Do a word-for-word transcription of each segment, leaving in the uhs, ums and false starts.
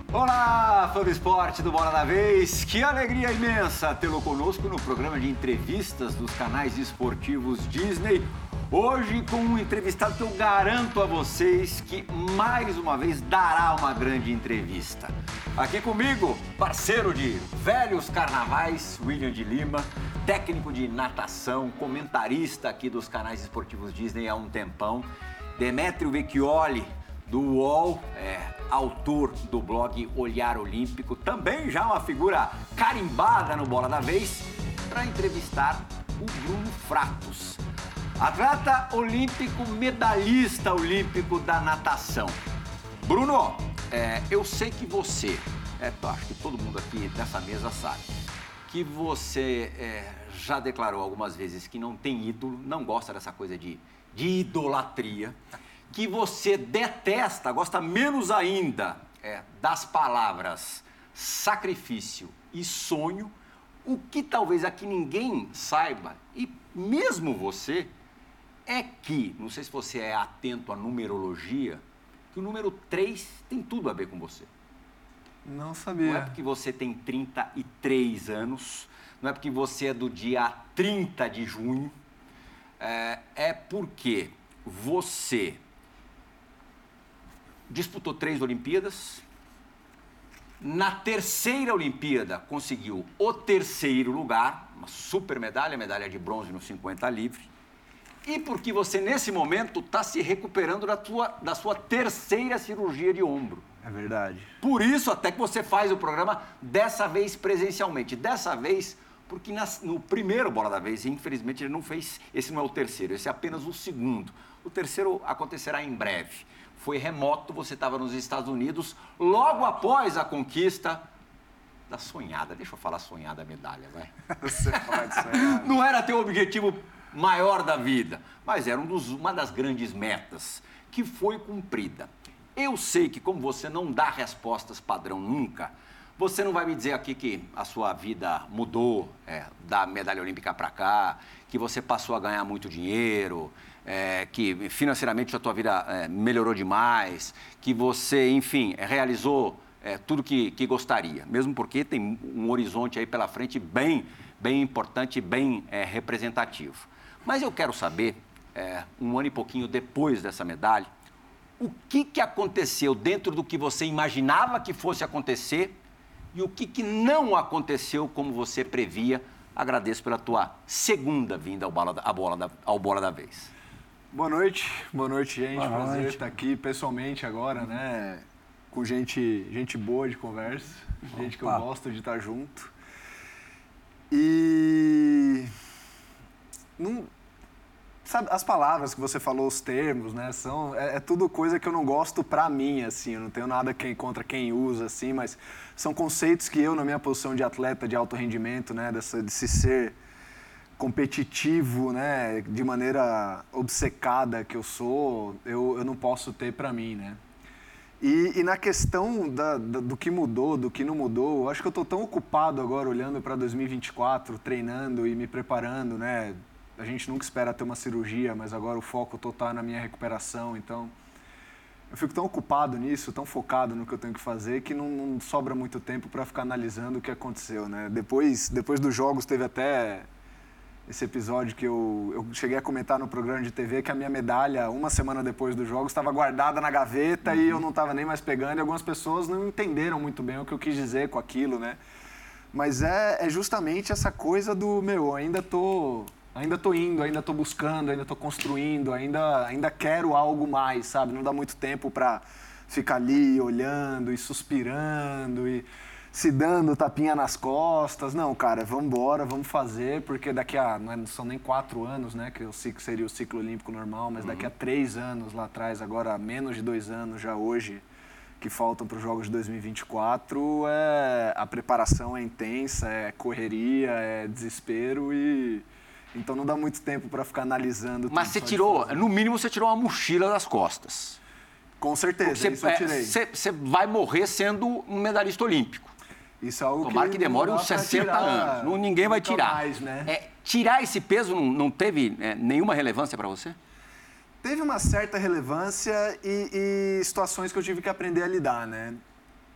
Olá, fã do esporte do Bola da Vez. Que alegria imensa tê-lo conosco no programa de entrevistas dos canais esportivos Disney. Hoje com um entrevistado que eu garanto a vocês que mais uma vez dará uma grande entrevista. Aqui comigo, parceiro de velhos carnavais, William de Lima, técnico de natação, comentarista aqui dos canais esportivos Disney há um tempão, Demetrio Vecchioli, do U O L, é, autor do blog Olhar Olímpico, também já uma figura carimbada no Bola da Vez, para entrevistar o Bruno Fratos, atleta olímpico, medalhista olímpico da natação. Bruno, é, eu sei que você, é, acho que todo mundo aqui dessa mesa sabe, que você é, já declarou algumas vezes que não tem ídolo, não gosta dessa coisa de, de idolatria, que você detesta, gosta menos ainda é, das palavras sacrifício e sonho, o que talvez aqui ninguém saiba, e mesmo você, é que, não sei se você é atento à numerologia, que o número três tem tudo a ver com você. Não sabia. Não é porque você tem trinta e três anos, não é porque você é do dia trinta de junho, é, é porque você disputou três Olimpíadas, na terceira Olimpíada conseguiu o terceiro lugar, uma super medalha, medalha de bronze no cinquenta livre, e porque você nesse momento está se recuperando da, tua, da sua terceira cirurgia de ombro. É verdade. Por isso até que você faz o programa dessa vez presencialmente, dessa vez porque nas, no primeiro Bola da Vez, infelizmente ele não fez, esse não é o terceiro, esse é apenas o segundo. O terceiro acontecerá em breve. Foi remoto, você estava nos Estados Unidos, logo após a conquista da sonhada, deixa eu falar sonhada medalha, vai. Você pode sonhar. Não era teu objetivo maior da vida, mas era um dos, uma das grandes metas que foi cumprida. Eu sei que como você não dá respostas padrão nunca, você não vai me dizer aqui que a sua vida mudou é, da medalha olímpica para cá, que você passou a ganhar muito dinheiro, é, que financeiramente a tua vida é, melhorou demais, que você, enfim, realizou é, tudo que, que gostaria, mesmo porque tem um horizonte aí pela frente bem, bem importante, bem é, representativo. Mas eu quero saber, é, um ano e pouquinho depois dessa medalha, o que, que aconteceu dentro do que você imaginava que fosse acontecer e o que, que não aconteceu como você previa. Agradeço pela tua segunda vinda ao Bola da, ao Bola da, ao Bola da Vez. Boa noite, boa noite, gente. Boa Prazer noite. estar aqui pessoalmente agora, né? Com gente, gente boa de conversa, Opa. gente que eu gosto de estar junto. E... Não... Sabe, as palavras que você falou, os termos, né? São, é, é tudo coisa que eu não gosto pra mim, assim. Eu não tenho nada quem, contra quem usa, assim, mas são conceitos que eu, na minha posição de atleta de alto rendimento, né? Dessa, de se ser competitivo, né? De maneira obcecada que eu sou, eu, eu não posso ter pra mim, né? E, e na questão da, da, do que mudou, do que não mudou, eu acho que eu tô tão ocupado agora olhando para dois mil e vinte e quatro, treinando e me preparando, né? A gente nunca espera ter uma cirurgia, mas agora o foco total é na minha recuperação, então eu fico tão ocupado nisso, tão focado no que eu tenho que fazer, que não, não sobra muito tempo para ficar analisando o que aconteceu, né? Depois, depois dos jogos teve até esse episódio que eu, eu cheguei a comentar no programa de T V que a minha medalha, uma semana depois dos jogos, estava guardada na gaveta, uhum. E eu não estava nem mais pegando, e algumas pessoas não entenderam muito bem o que eu quis dizer com aquilo, né? Mas é, é justamente essa coisa do, meu, eu ainda tô... Ainda estou indo, ainda estou buscando, ainda estou construindo, ainda, ainda quero algo mais, sabe? Não dá muito tempo para ficar ali olhando e suspirando e se dando tapinha nas costas. Não, cara, vamos embora, vamos fazer, porque daqui a... Não são nem quatro anos, né? Que o ciclo seria o ciclo olímpico normal, mas daqui a três anos lá atrás, agora menos de dois anos já hoje, que faltam para os Jogos de dois mil e vinte e quatro, é... a preparação é intensa, é correria, é desespero e... Então não dá muito tempo para ficar analisando. Mas você tirou, no mínimo você tirou uma mochila das costas. Com certeza, você, isso eu tirei. Você, você vai morrer sendo um medalhista olímpico. Isso é algo Tomara que, que demore uns sessenta anos. Não, ninguém vai tirar. Mais, né? É, tirar esse peso não, não teve é, nenhuma relevância para você? Teve uma certa relevância e, e situações que eu tive que aprender a lidar, né?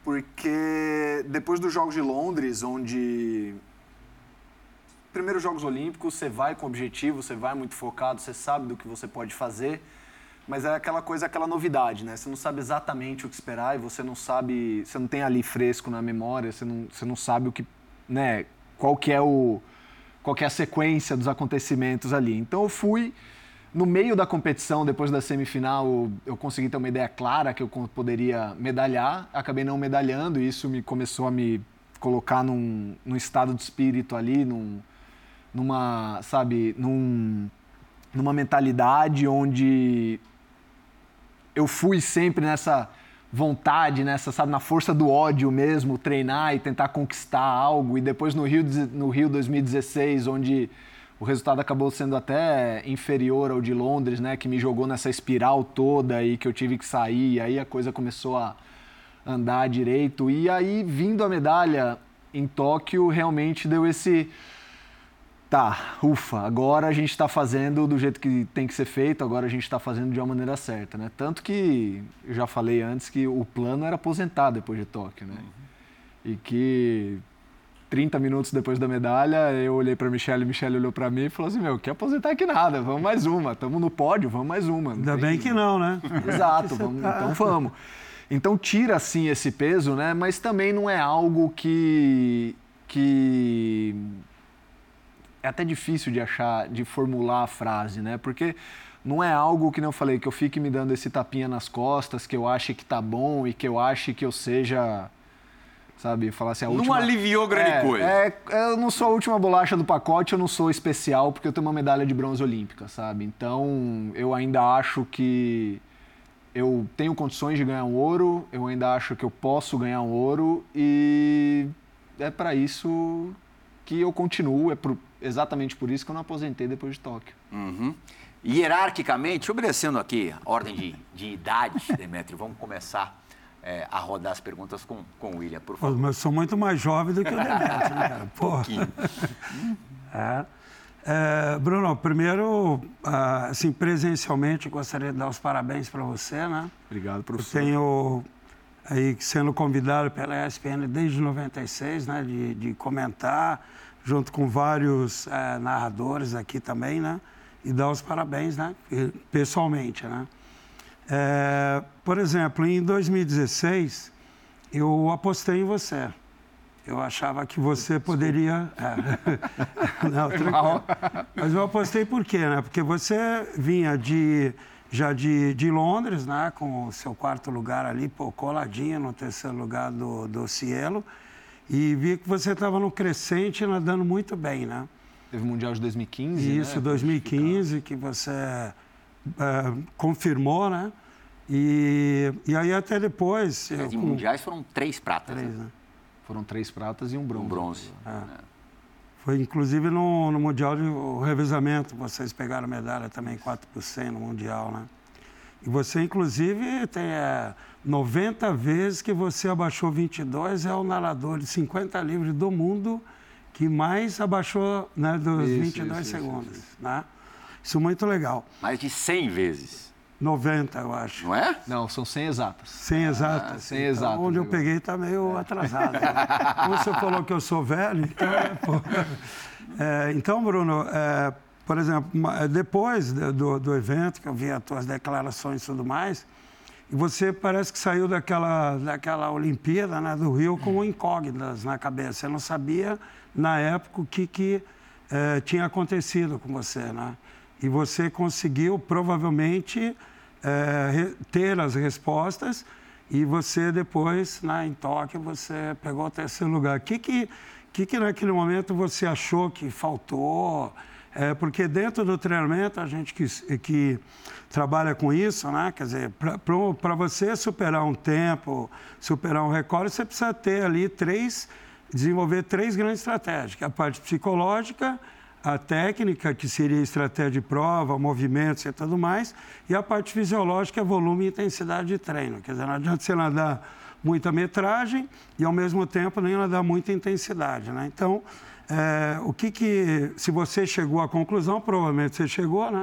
porque depois dos Jogos de Londres, onde... Primeiros Jogos Olímpicos, você vai com objetivo, você vai muito focado, você sabe do que você pode fazer, mas é aquela coisa, aquela novidade, né? Você não sabe exatamente o que esperar e você não sabe... Você não tem ali fresco na memória, você não, você não sabe o que... né? Qual que é o... Qual que é a sequência dos acontecimentos ali. Então eu fui... No meio da competição, depois da semifinal, eu consegui ter uma ideia clara que eu poderia medalhar. Acabei não medalhando e isso me começou a me colocar num, num estado de espírito ali, num, numa, sabe, num, numa mentalidade onde eu fui sempre nessa vontade, nessa, sabe, na força do ódio mesmo, treinar e tentar conquistar algo. E depois no Rio, no Rio dois mil e dezesseis, onde... O resultado acabou sendo até inferior ao de Londres, né? Que me jogou nessa espiral toda e que eu tive que sair. E aí a coisa começou a andar direito. E aí, vindo a medalha em Tóquio, realmente deu esse... Tá, ufa, agora a gente está fazendo do jeito que tem que ser feito, agora a gente está fazendo de uma maneira certa, né? Tanto que, eu já falei antes, que o plano era aposentar depois de Tóquio, né? Uhum. E que... trinta minutos depois da medalha, eu olhei para a Michelle, Michelle olhou para mim e falou assim, meu, quer aposentar aqui nada, vamos mais uma, estamos no pódio, vamos mais uma. Ainda bem que não, né? Exato, vamos, então vamos. Então tira, assim, esse peso, né? Mas também não é algo que... que... É até difícil de achar, de formular a frase, né? Porque não é algo que, não falei, que eu fique me dando esse tapinha nas costas, que eu ache que tá bom e que eu ache que eu seja... Sabe, falar assim, a última... Não aliviou grande é, coisa. É, eu não sou a última bolacha do pacote, eu não sou especial, porque eu tenho uma medalha de bronze olímpica, sabe? Então, eu ainda acho que eu tenho condições de ganhar um ouro, eu ainda acho que eu posso ganhar um ouro e é para isso que eu continuo, é por, exatamente por isso que eu não aposentei depois de Tóquio. Uhum. Hierarquicamente, obedecendo aqui a ordem de, de idade, Demetrio, vamos começar... É, a rodar as perguntas com, com o William, por favor. Mas eu sou muito mais jovem do que o Demetrio, né, cara? Porra. Pouquinho. É. É, Bruno, primeiro, assim, presencialmente, gostaria de dar os parabéns para você, né? Obrigado, professor. Eu tenho, aí, sendo convidado pela E S P N desde noventa e seis, né, de, de comentar, junto com vários é, narradores aqui também, né? E dar os parabéns, né? Pessoalmente, né? É, por exemplo, em dois mil e dezesseis, eu apostei em você. Eu achava que você poderia... É. Não, tranquilo. Mas eu apostei por quê, né? Porque você vinha de, já de, de Londres, né? Com o seu quarto lugar ali, pô, coladinho no terceiro lugar do, do Cielo. E vi que você estava no crescente, nadando muito bem, né? Teve o Mundial de dois mil e quinze, Isso, né? dois mil e quinze, que você... Uh, confirmou, né? E, e aí até depois... Mas eu, em com... mundiais foram três pratas, três, né? né? Foram três pratas e um bronze. Um bronze. É. É. Foi inclusive no, no Mundial de o revezamento, vocês pegaram medalha também, quatro por cento no Mundial, né? E você, inclusive, tem é, noventa vezes que você abaixou vinte e dois, é o nadador de cinquenta livres do mundo que mais abaixou, né, dos isso, vinte e dois isso, segundos, isso, isso. né? Isso é muito legal. Mais de cem vezes. noventa, eu acho. Não é? Não, são cem exatas. cem exatas. Ah, cem então, exatas. Onde eu agora. peguei está meio é. atrasado. Como você falou que eu sou velho, então... Pô, é, então, Bruno, é, por exemplo, depois do, do evento, que eu vi as tuas declarações e tudo mais, e você parece que saiu daquela, daquela Olimpíada, né, do Rio com incógnitas na cabeça. Você não sabia, na época, o que, que é, tinha acontecido com você, né? E você conseguiu, provavelmente, é, ter as respostas e você depois, né, em Tóquio, você pegou o terceiro lugar. O que que, que que naquele momento você achou que faltou? É, porque dentro do treinamento, a gente que, que trabalha com isso, né, quer dizer, para você superar um tempo, superar um recorde, você precisa ter ali três, desenvolver três grandes estratégias, que é a parte psicológica, a técnica, que seria estratégia de prova, movimentos e tudo mais, e a parte fisiológica é volume e intensidade de treino. Quer dizer, não adianta você nadar muita metragem e, ao mesmo tempo, nem nadar muita intensidade, né? Então, é, o que que... Se você chegou à conclusão, provavelmente você chegou, né?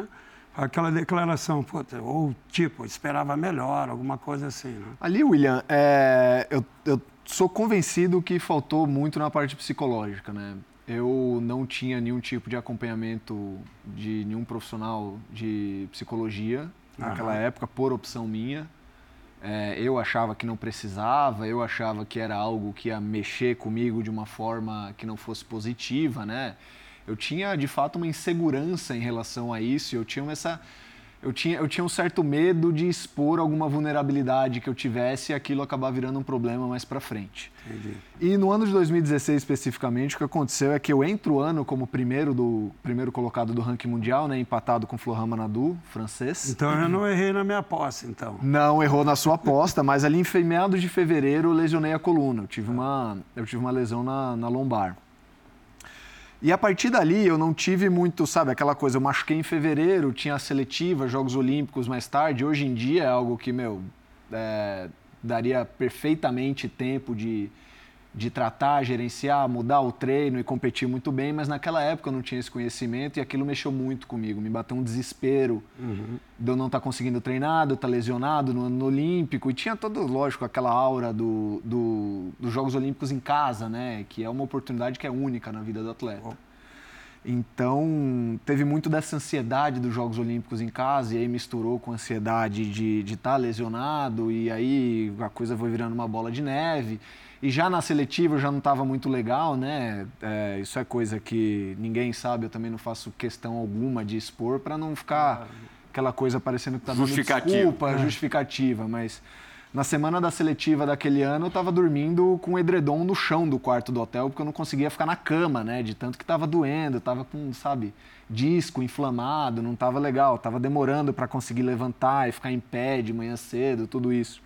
aquela declaração, pô, ou tipo, esperava melhor, alguma coisa assim, né? Ali, William, é, eu, eu sou convencido que faltou muito na parte psicológica, né? Eu não tinha nenhum tipo de acompanhamento de nenhum profissional de psicologia naquela Aham. época, por opção minha. É, eu achava que não precisava, eu achava que era algo que ia mexer comigo de uma forma que não fosse positiva, né? Eu tinha, de fato, uma insegurança em relação a isso, eu tinha essa... Eu tinha, eu tinha um certo medo de expor alguma vulnerabilidade que eu tivesse e aquilo acabar virando um problema mais pra frente. Entendi. E no ano de dois mil e dezesseis, especificamente, o que aconteceu é que eu entro o ano como primeiro, do, primeiro colocado do ranking mundial, né, empatado com Florent Manadou, francês. Então eu não errei na minha aposta, então. Não errou na sua aposta, mas ali em meados de fevereiro eu lesionei a coluna. Eu tive uma, eu tive uma lesão na, na lombar. E a partir dali eu não tive muito, sabe, aquela coisa, eu machuquei em fevereiro, tinha a seletiva, Jogos Olímpicos mais tarde. Hoje em dia é algo que, meu, é, daria perfeitamente tempo de, de tratar, gerenciar, mudar o treino e competir muito bem, mas naquela época eu não tinha esse conhecimento e aquilo mexeu muito comigo. Me bateu um desespero uhum. de eu não estar conseguindo treinar, de eu estar lesionado no ano olímpico. E tinha todo, lógico, aquela aura do, do, dos Jogos Olímpicos em casa, né? Que é uma oportunidade que é única na vida do atleta. Então, teve muito dessa ansiedade dos Jogos Olímpicos em casa e aí misturou com a ansiedade de de estar lesionado e aí a coisa foi virando uma bola de neve. E já na seletiva eu já não estava muito legal, né? É, isso é coisa que ninguém sabe, eu também não faço questão alguma de expor para não ficar aquela coisa parecendo que está dando desculpa, é. justificativa. Mas na semana da seletiva daquele ano eu estava dormindo com um edredom no chão do quarto do hotel porque eu não conseguia ficar na cama, né? De tanto que estava doendo, estava com, sabe, disco inflamado, não estava legal, estava demorando para conseguir levantar e ficar em pé de manhã cedo, tudo isso.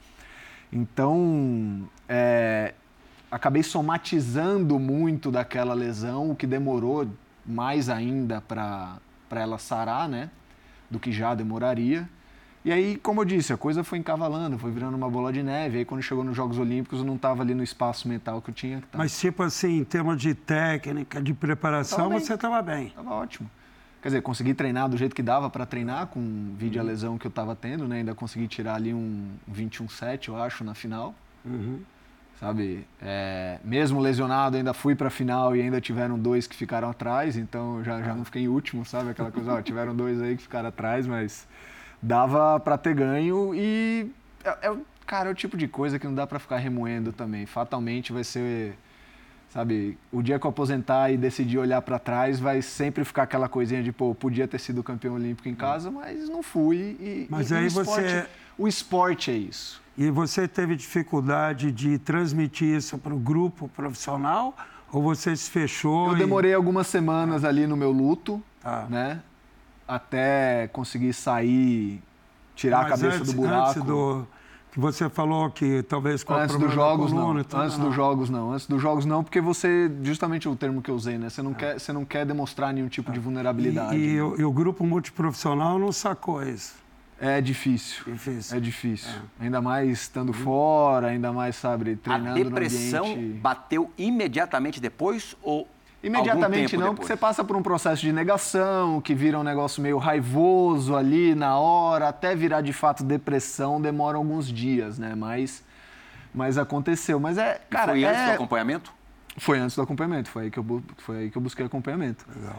Então, é, acabei somatizando muito daquela lesão, o que demorou mais ainda para para ela sarar, né? Do que já demoraria. E aí, como eu disse, a coisa foi encavalando, foi virando uma bola de neve. Aí, quando chegou nos Jogos Olímpicos, eu não estava ali no espaço mental que eu tinha que estar. Mas, tipo assim, em termos de técnica, de preparação, você estava bem? Estava ótimo. Quer dizer, consegui treinar do jeito que dava para treinar, com o vídeo a lesão que eu estava tendo, né? Ainda consegui tirar ali um vinte e um sete, eu acho, na final. Uhum. Sabe? É, mesmo lesionado, ainda fui para a final e ainda tiveram dois que ficaram atrás, então já, já não fiquei em último, sabe? Aquela coisa, ó, tiveram dois aí que ficaram atrás, mas dava para ter ganho e, é, é, cara, é o tipo de coisa que não dá para ficar remoendo também. Fatalmente vai ser, sabe, o dia que eu aposentar e decidir olhar para trás, vai sempre ficar aquela coisinha de, pô, podia ter sido campeão olímpico em casa, mas não fui. E, mas e, aí e o esporte, você... o esporte é isso. E você teve dificuldade de transmitir isso para o grupo profissional ou você se fechou? Eu e... demorei algumas semanas ali no meu luto, ah. né? Até conseguir sair, tirar Mas a cabeça antes, do buraco. Antes do que você falou que talvez com antes a dos jogos não. Tudo, antes não. dos jogos não. Antes dos jogos não, porque você justamente o termo que eu usei, né? Você não ah. quer, você não quer demonstrar nenhum tipo ah. de vulnerabilidade. E, e, né? o, e o grupo multiprofissional não sacou isso. É difícil. difícil. É difícil. É. Ainda mais estando hum. fora, ainda mais, sabe, treinando no ambiente. A depressão bateu imediatamente depois ou Imediatamente não, depois? Porque você passa por um processo de negação, que vira um negócio meio raivoso ali na hora, até virar de fato depressão, demora alguns dias, né? Mas, mas aconteceu. Mas é, cara, foi antes é... do acompanhamento? Foi antes do acompanhamento, foi aí que eu, foi aí que eu busquei acompanhamento. Legal.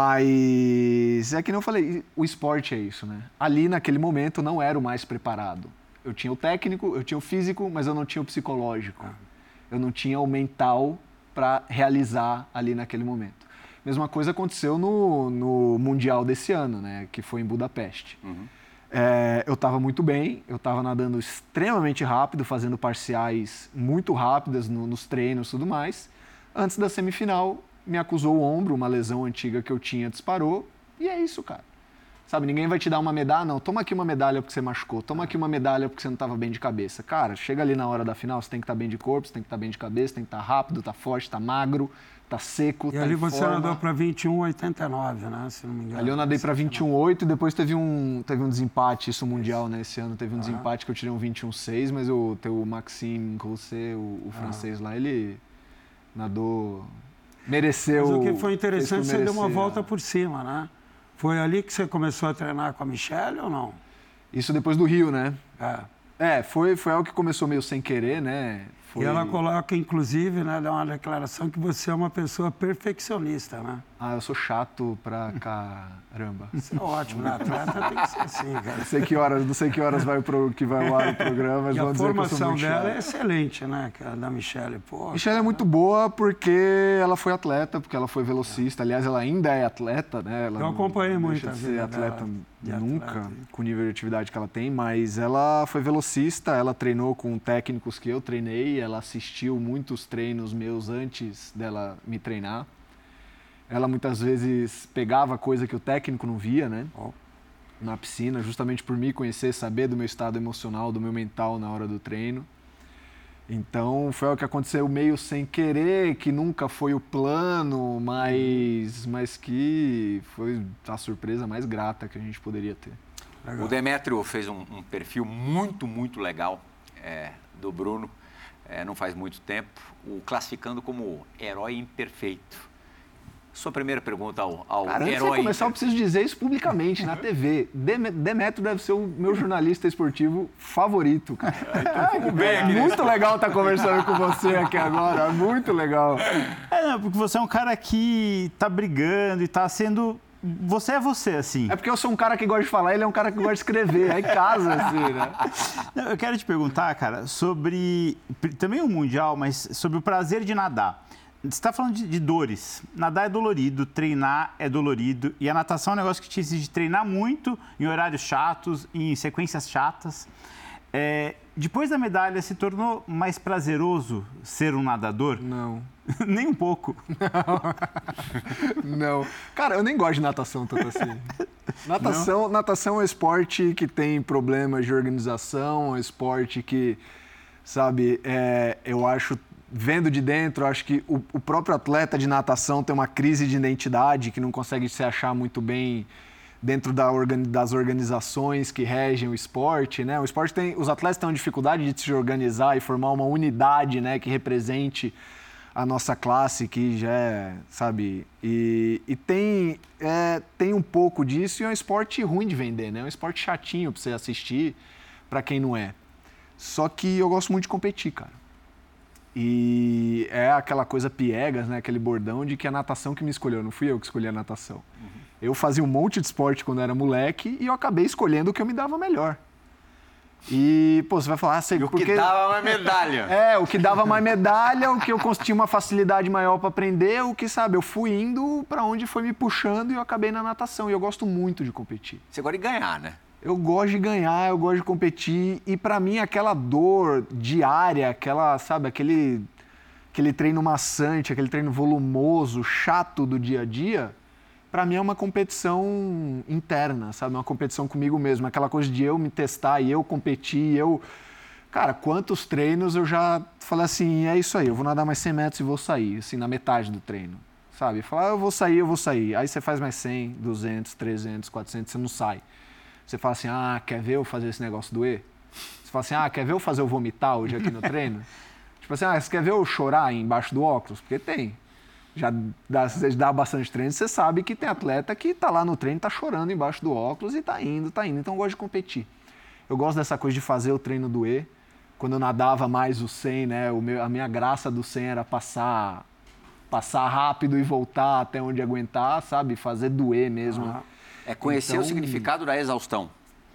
Mas é que não falei, o esporte é isso, né? Ali naquele momento eu não era o mais preparado. Eu tinha o técnico, eu tinha o físico, mas eu não tinha o psicológico. Ah. Eu não tinha o mental para realizar ali naquele momento. Mesma coisa aconteceu no, no Mundial desse ano, né? Que foi em Budapeste. Uhum. É, eu estava muito bem, eu estava nadando extremamente rápido, fazendo parciais muito rápidas no, nos treinos e tudo mais. Antes da semifinal, me acusou o ombro, uma lesão antiga que eu tinha disparou, e é isso, cara. Sabe, ninguém vai te dar uma medalha, não, toma aqui uma medalha porque você machucou, toma aqui uma medalha porque você não estava bem de cabeça. Cara, chega ali na hora da final, você tem que estar bem de corpo, você tem que estar bem de cabeça, tem que estar rápido, tá forte, tá magro, tá seco, e tá ali em você forma. nadou para vinte e um oitenta e nove, né, se não me engano. Ali eu nadei para vinte e um oito e depois teve um, teve um desempate, isso mundial, né, esse ano teve um ah. desempate que eu tirei um vinte e um seis, mas o teu Maxime Rousset, o, o francês ah. lá, ele nadou, mereceu. Mas o que foi interessante, você deu uma né? volta por cima, né? Foi ali que você começou a treinar com a Michelle ou não? Isso depois do Rio, né? É. É, foi, foi algo que começou meio sem querer, né? Foi... E ela coloca, inclusive, né, dá uma declaração que você é uma pessoa perfeccionista, né? Ah, eu sou chato pra caramba. Isso é ótimo, né? Atleta tem que ser assim, cara. Não sei que horas, não sei que horas vai, pro, que vai ao ar o programa, mas E vão a dizer que eu sou formação muito dela chato. é excelente, né, cara, da Michelle. Pô, Michelle é muito boa porque ela foi atleta, porque ela foi velocista. Aliás, ela ainda é atleta, né? Ela Eu acompanhei não muito deixa a de vida ser atleta dela de nunca, atleta. com o nível de atividade que ela tem, mas ela foi velocista, ela treinou com técnicos que eu treinei, ela assistiu muitos treinos meus antes dela me treinar. Ela muitas vezes pegava coisa que o técnico não via, né? Oh. Na piscina, justamente por me conhecer, saber do meu estado emocional, do meu mental na hora do treino. Então, foi o que aconteceu meio sem querer, que nunca foi o plano, mas, mas que foi a surpresa mais grata que a gente poderia ter. O Demétrio fez um, um perfil muito, muito legal é, do Bruno, é, não faz muito tempo, o classificando como herói imperfeito. Sua primeira pergunta ao, ao Cara, antes herói... de começar, eu preciso dizer isso publicamente, na T V. Dem- Demétrio deve ser o meu jornalista esportivo favorito, cara. Então, bem É aqui nesse- muito legal estar conversando com você aqui agora, muito legal. É, não, porque você é um cara que tá brigando e tá sendo... Você é você, assim. É porque eu sou um cara que gosta de falar, ele é um cara que gosta de escrever, aí casa, assim, né? Não, eu quero te perguntar, cara, sobre... Também o Mundial, mas sobre o prazer de nadar. Você está falando de, de dores. Nadar é dolorido, treinar é dolorido. E a natação é um negócio que te exige treinar muito em horários chatos, em sequências chatas. É, depois da medalha, se tornou mais prazeroso ser um nadador? Não. Nem um pouco. Não. Cara, eu nem gosto de natação tanto assim. Natação, natação é um esporte que tem problemas de organização, é um esporte que, sabe, é, eu acho, vendo de dentro, acho que o, o próprio atleta de natação tem uma crise de identidade, que não consegue se achar muito bem dentro da organi- das organizações que regem o esporte, né? O esporte tem, os atletas têm uma dificuldade de se organizar e formar uma unidade, né, que represente a nossa classe, que já é, sabe, e, e tem, é, tem um pouco disso e é um esporte ruim de vender, né? É um esporte chatinho para você assistir, para quem não é. Só que eu gosto muito de competir, cara. E é aquela coisa piegas, né? Aquele bordão de que a natação que me escolheu, não fui eu que escolhi a natação. Uhum. Eu fazia um monte de esporte quando era moleque e eu acabei escolhendo o que eu me dava melhor. E, pô, você vai falar... Ah, sei, E o porque... que dava uma medalha. É, o que dava mais medalha, o que eu tinha uma facilidade maior para aprender, o que, sabe, eu fui indo para onde foi me puxando e eu acabei na natação. E eu gosto muito de competir. Você gosta de ganhar, né? Eu gosto de ganhar, eu gosto de competir. E para mim, aquela dor diária, aquela, sabe, aquele, aquele treino maçante, aquele treino volumoso, chato do dia a dia, para mim é uma competição interna, sabe? Uma competição comigo mesmo. Aquela coisa de eu me testar e eu competir, eu... Cara, quantos treinos eu já falei assim, é isso aí, eu vou nadar mais cem metros e vou sair, assim, na metade do treino, sabe? Falar, eu vou sair, eu vou sair. Aí você faz mais cem, duzentos, trezentos, quatrocentos, você não sai. Você fala assim, ah, quer ver eu fazer esse negócio doer? Você fala assim, ah, quer ver eu fazer eu vomitar hoje aqui no treino? Tipo assim, ah, você quer ver eu chorar embaixo do óculos? Porque tem. Já dá, você dá bastante treino, você sabe que tem atleta que tá lá no treino, tá chorando embaixo do óculos e tá indo, tá indo. Então eu gosto de competir. Eu gosto dessa coisa de fazer o treino doer. Quando eu nadava mais o cem, né, o meu, a minha graça do cem era passar, passar rápido e voltar até onde aguentar, sabe? Fazer doer mesmo. Ah. É conhecer Então- o significado da exaustão.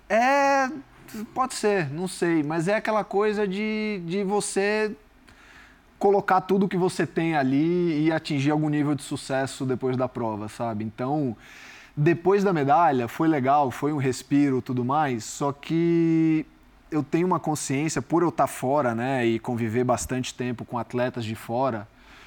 É, pode ser, não sei, mas é aquela coisa de, de você colocar tudo que você tem ali e atingir algum nível de sucesso depois da prova, sabe? Então, depois da medalha, foi legal, foi um respiro e tudo mais, só que eu tenho uma consciência, por eu estar fora, né, e conviver bastante tempo com atletas de fora,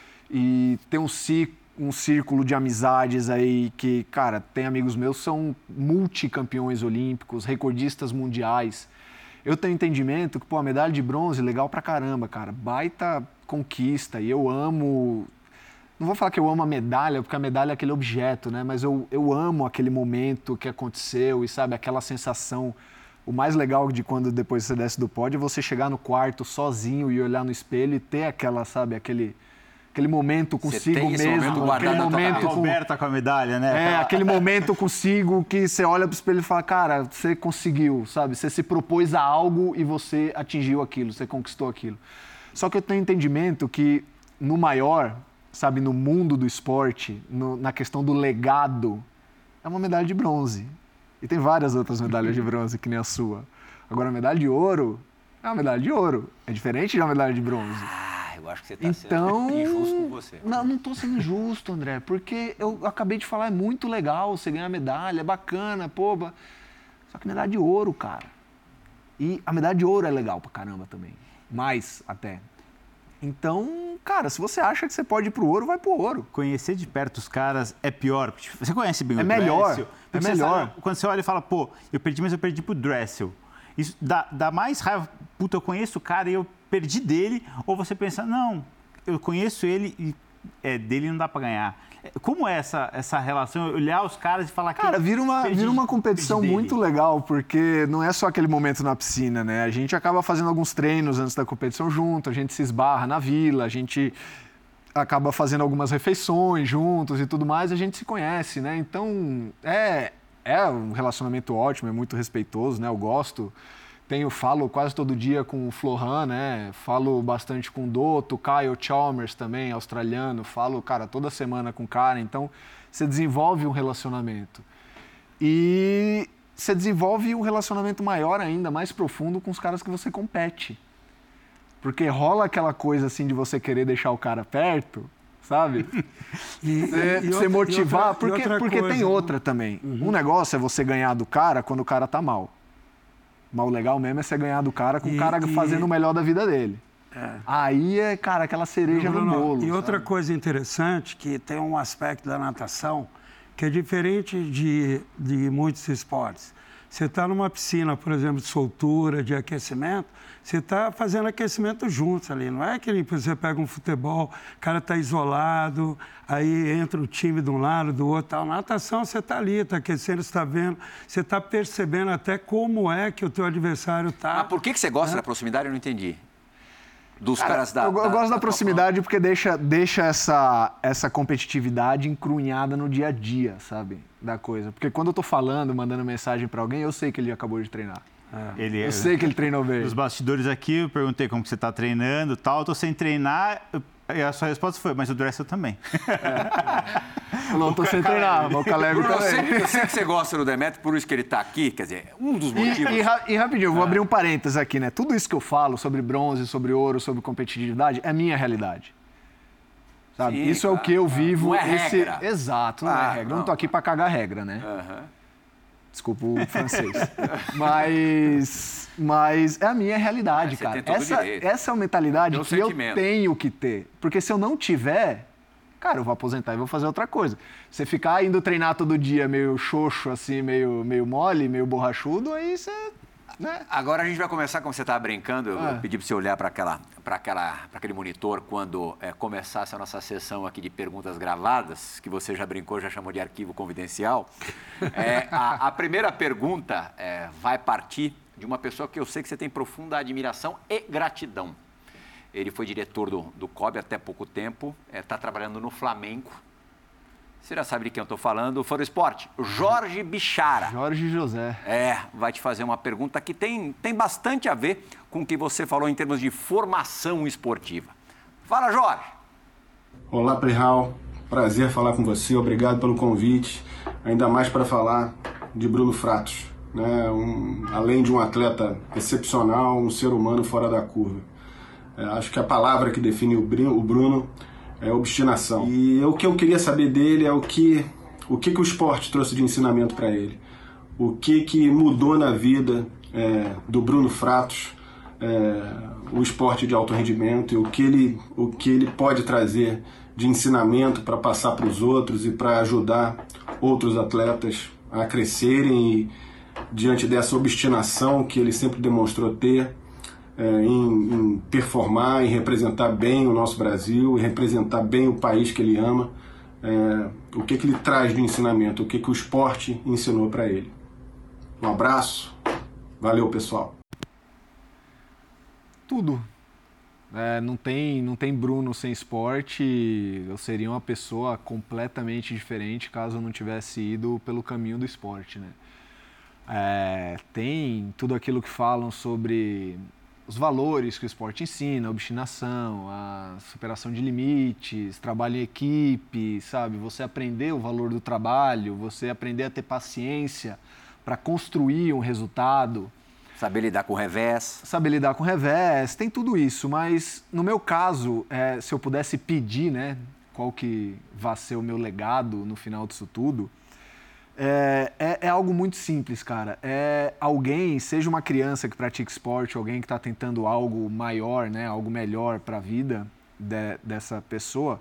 e ter um ciclo, um círculo de amizades aí que, cara, tem amigos meus que são multicampeões olímpicos, recordistas mundiais. Eu tenho entendimento que, pô, a medalha de bronze, legal pra caramba, cara. Baita conquista. E eu amo... Não vou falar que eu amo a medalha, porque a medalha é aquele objeto, né? Mas eu, eu amo aquele momento que aconteceu e, sabe, aquela sensação... O mais legal de quando depois você desce do pódio é você chegar no quarto sozinho e olhar no espelho e ter aquela, sabe, aquele... aquele momento consigo tem esse mesmo, momento aquele guardado na tua momento cabeça. com... Roberta com a medalha, né? É, aquele momento consigo que você olha pro espelho e fala, cara, você conseguiu, sabe? Você se propôs a algo e você atingiu aquilo, você conquistou aquilo. Só que eu tenho entendimento que no maior, sabe, no mundo do esporte, no, na questão do legado, é uma medalha de bronze. E tem várias outras medalhas de bronze que nem a sua. Agora, a medalha de ouro é uma medalha de ouro. É diferente de uma medalha de bronze. Ah, eu acho que você tá Então, sendo injusto com você. Não, não tô sendo injusto, André, porque eu acabei de falar, é muito legal você ganhar medalha, é bacana, pô. Só que medalha de ouro, cara. E a medalha de ouro é legal pra caramba também. Mais até. Então, cara, se você acha que você pode ir pro ouro, vai pro ouro. Conhecer de perto os caras é pior. Você conhece bem É o melhor, Dressel? é Você melhor. sabe, quando você olha e fala, pô, eu perdi, mas eu perdi pro Dressel. Isso dá, dá mais raiva. Puta, eu conheço o cara e eu perdi dele. Ou você pensa, não, eu conheço ele e é, dele não dá pra ganhar. Como é essa, essa relação? Olhar os caras e falar que... Cara, vira uma, perdi- vira uma competição perdi dele. muito legal, porque não é só aquele momento na piscina, né? A gente acaba fazendo alguns treinos antes da competição junto, a gente se esbarra na vila, a gente acaba fazendo algumas refeições juntos e tudo mais, a gente se conhece, né? Então, é, é um relacionamento ótimo, é muito respeitoso, né? Eu gosto... Tenho, falo quase todo dia com o Flohan, né? Falo bastante com o Dotto, Kyle Chalmers também, australiano. Falo, cara, toda semana com o cara. Então, você desenvolve um relacionamento. E você desenvolve um relacionamento maior ainda, mais profundo com os caras que você compete. Porque rola aquela coisa assim de você querer deixar o cara perto, sabe? E, Você, e você outra- motivar, e outra- e porque, outra porque coisa, tem outra também. Uhum. Um negócio é você ganhar do cara quando o cara tá mal. Mas o legal mesmo é você ganhar do cara com o E- cara e- fazendo o melhor da vida dele. É. Aí é, cara, aquela cereja Bruno, no bolo. E outra sabe? coisa interessante, que tem um aspecto da natação que é diferente de, de muitos esportes. Você está numa piscina, por exemplo, de soltura, de aquecimento, você está fazendo aquecimento juntos ali. Não é que você pega um futebol, o cara está isolado, aí entra o time de um lado, do outro. Tal. Na natação, você está ali, está aquecendo, você está vendo, você está percebendo até como é que o teu adversário está. Ah, por que, que você gosta da proximidade? Eu não entendi. Dos caras da... eu, eu da- gosto da da proximidade porque deixa, deixa essa, essa competitividade encrunhada no dia a dia, sabe? Da coisa. Porque quando eu tô falando, mandando mensagem pra alguém, eu sei que ele acabou de treinar. Ele, Eu sei que ele treinou bem. Nos bastidores aqui, eu perguntei como que você está treinando e tal. Eu tô sem treinar. eu- E a sua resposta foi, mas o Dressel também. Falou, eu tô sem treinar, mas o Calego Bruno, eu também. sei, eu sei que você gosta do Demetrio, por isso que ele está aqui. Quer dizer, um dos E, motivos... e, ra- e rapidinho, eu vou abrir um parênteses aqui, né? Tudo isso que eu falo sobre bronze, sobre ouro, sobre competitividade, é minha realidade. Sabe? Sim, isso é claro, o que eu claro. vivo. Não é esse... regra. Exato, não Ah, é regra. Eu não não. tô aqui pra cagar regra, né? Aham. Desculpa o francês. mas, mas é a minha realidade, É, você cara. tem todo o Essa, direito. essa é uma mentalidade Tem um que eu sentimento. tenho que ter. Porque se eu não tiver, cara, eu vou aposentar e vou fazer outra coisa. Você ficar indo treinar todo dia meio xoxo, assim, meio, meio mole, meio borrachudo, aí você... Né? Agora a gente vai começar, como você estava brincando, eu, Ah. eu pedi para você olhar para aquela, para aquela, para aquele monitor quando é, começasse a nossa sessão aqui de perguntas gravadas, que você já brincou, já chamou de arquivo confidencial. É, a, a primeira pergunta é, vai partir de uma pessoa que eu sei que você tem profunda admiração e gratidão. Ele foi diretor do, do C O B até pouco tempo, está trabalhando no Flamengo. Você já sabe de quem eu estou falando, Foro Esporte, Jorge Bichara. Jorge José. É, vai te fazer uma pergunta que tem, tem bastante a ver com o que você falou em termos de formação esportiva. Fala, Jorge. Olá, Prihal. Prazer falar com você. Obrigado pelo convite. Ainda mais para falar de Bruno Fratos, né? Um, além de um atleta excepcional, um ser humano fora da curva. É, acho que a palavra que define o Bruno, o Bruno é obstinação. E o que eu queria saber dele é o que o, que que o esporte trouxe de ensinamento para ele. O que, que mudou na vida é, do Bruno Fratos, é, o esporte de alto rendimento, e o que ele, o que ele pode trazer de ensinamento para passar para os outros e para ajudar outros atletas a crescerem e, diante dessa obstinação que ele sempre demonstrou ter, é, em, em performar, em representar bem o nosso Brasil, em representar bem o país que ele ama, é, o que, que ele traz de ensinamento, o que, que o esporte ensinou para ele. Um abraço, valeu pessoal. Tudo. É, não tem, não tem Bruno sem esporte. Eu seria uma pessoa completamente diferente caso eu não tivesse ido pelo caminho do esporte, né? É, tem tudo aquilo que falam sobre os valores que o esporte ensina, a obstinação, a superação de limites, trabalho em equipe, sabe? Você aprender o valor do trabalho, você aprender a ter paciência para construir um resultado. Saber lidar com o revés. Saber lidar com o revés, tem tudo isso, mas no meu caso, é, se eu pudesse pedir, né, qual que vai ser o meu legado no final disso tudo, é, é, é algo muito simples, cara. É alguém, seja uma criança que pratica esporte, alguém que está tentando algo maior, né, algo melhor para a vida de, dessa pessoa,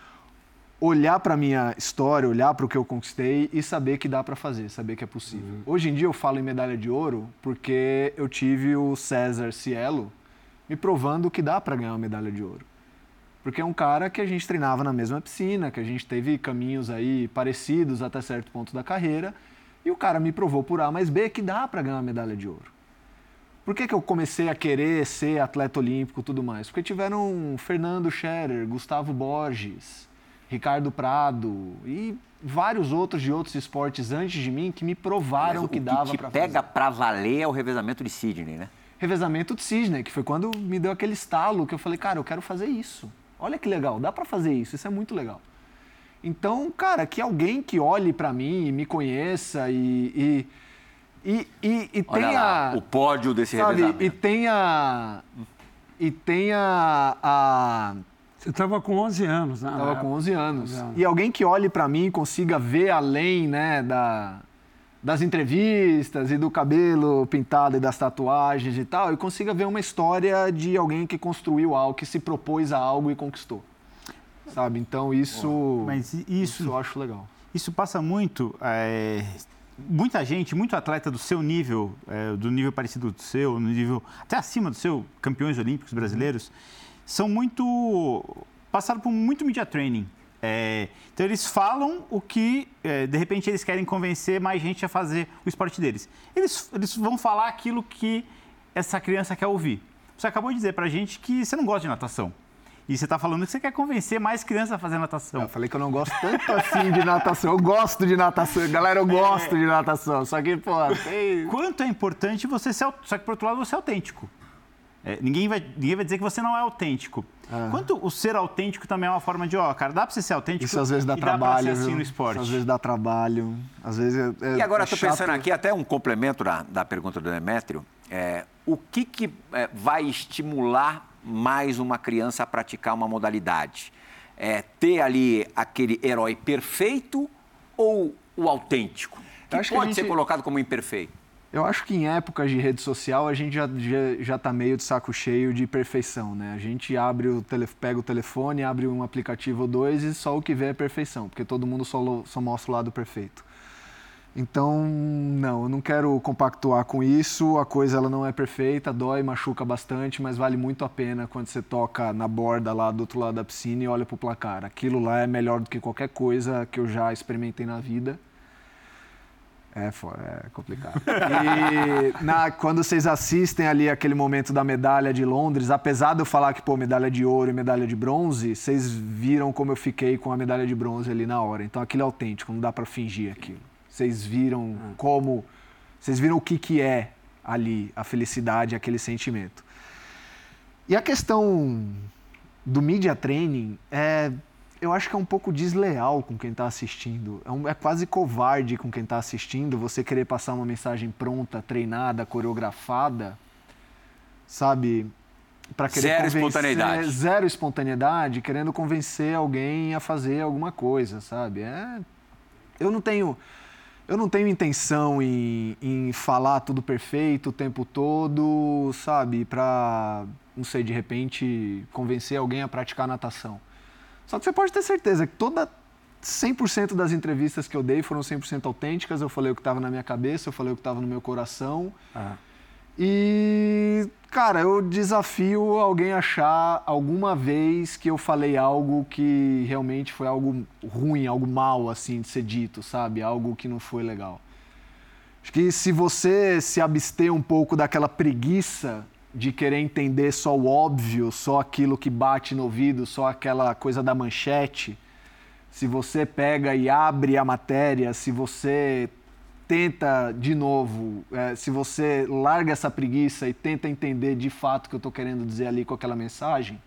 olhar para a minha história, olhar para o que eu conquistei e saber que dá para fazer, saber que é possível. Uhum. Hoje em dia eu falo em medalha de ouro porque eu tive o César Cielo me provando que dá para ganhar uma medalha de ouro. Porque é um cara que a gente treinava na mesma piscina, que a gente teve caminhos aí parecidos até certo ponto da carreira, e o cara me provou por A mais B que dá para ganhar uma medalha de ouro. Por que que eu comecei a querer ser atleta olímpico e tudo mais? Porque tiveram Fernando Scherer, Gustavo Borges, Ricardo Prado e vários outros de outros esportes antes de mim que me provaram que dava para fazer. O que pega para valer é o revezamento de Sydney, né? Revezamento de Sydney, que foi quando me deu aquele estalo que eu falei, cara, eu quero fazer isso. Olha que legal, dá para fazer isso, isso é muito legal. Então, cara, que alguém que olhe para mim e me conheça e, e, e, e, e Olha tenha... lá, o pódio desse sabe, revezamento. E tenha... E tenha a... Você estava com onze anos, né? Estava com onze anos. onze anos. E alguém que olhe para mim e consiga ver além, né, da, das entrevistas e do cabelo pintado e das tatuagens e tal, e consiga ver uma história de alguém que construiu algo, que se propôs a algo e conquistou. Sabe? Então isso, Mas isso, isso eu acho legal. Isso passa muito... É, muita gente, muito atleta do seu nível, é, do nível parecido do seu, no nível até acima do seu, campeões olímpicos brasileiros, são muito... passaram por muito media training. É, então, eles falam o que, é, de repente, eles querem convencer mais gente a fazer o esporte deles. Eles, eles vão falar aquilo que essa criança quer ouvir. Você acabou de dizer pra gente que você não gosta de natação. E você está falando que você quer convencer mais crianças a fazer natação. Eu falei que eu não gosto tanto assim de natação. Eu gosto de natação. Galera, eu gosto é... de natação. Só que, pô, tem... Quanto é importante você ser... Só que, por outro lado, você é autêntico. É, ninguém, vai, ninguém vai dizer que você não é autêntico. Ah. Quanto o ser autêntico também é uma forma de, ó, cara, dá pra você ser autêntico. Isso às vezes dá e trabalho, dá pra ser assim viu? no esporte. Isso às vezes dá trabalho. Às vezes é, é, E agora é estou chato. pensando aqui, até um complemento da, da pergunta do Demétrio. É, o que, que é, vai estimular mais uma criança a praticar uma modalidade? É ter ali aquele herói perfeito ou o autêntico? Que acho pode que a gente... ser colocado como imperfeito? Eu acho que em épocas de rede social a gente já, já, já tá meio de saco cheio de perfeição, né? A gente abre o tele, pega o telefone, abre um aplicativo ou dois e só o que vê é perfeição, porque todo mundo só, só mostra o lado perfeito. Então, não, eu não quero compactuar com isso, a coisa ela não é perfeita, dói, machuca bastante, mas vale muito a pena quando você toca na borda lá do outro lado da piscina e olha pro placar. Aquilo lá é melhor do que qualquer coisa que eu já experimentei na vida. É, é complicado. E na, quando vocês assistem ali aquele momento da medalha de Londres, apesar de eu falar que, pô, medalha de ouro e medalha de bronze, vocês viram como eu fiquei com a medalha de bronze ali na hora. Então aquilo é autêntico, não dá pra fingir aquilo. Vocês viram como... Vocês viram o que, que é ali a felicidade, aquele sentimento. E a questão do media training é... Eu acho que é um pouco desleal com quem está assistindo. É, um, é quase covarde com quem está assistindo você querer passar uma mensagem pronta, treinada, coreografada, sabe? Para querer zero convencer, espontaneidade. Zero espontaneidade, querendo convencer alguém a fazer alguma coisa, sabe? É, eu não tenho... Eu não tenho intenção em, em falar tudo perfeito o tempo todo, sabe? Para, não sei, de repente convencer alguém a praticar natação. Só que você pode ter certeza que toda cem por cento das entrevistas que eu dei foram cem por cento autênticas. Eu falei o que estava na minha cabeça, eu falei o que estava no meu coração. Ah. E, cara, eu desafio alguém a achar alguma vez que eu falei algo que realmente foi algo ruim, algo mal, assim, de ser dito, sabe? Algo que não foi legal. Acho que se você se abster um pouco daquela preguiça de querer entender só o óbvio, só aquilo que bate no ouvido, só aquela coisa da manchete, se você pega e abre a matéria, se você tenta de novo, é, se você larga essa preguiça e tenta entender de fato o que eu estou querendo dizer ali com aquela mensagem,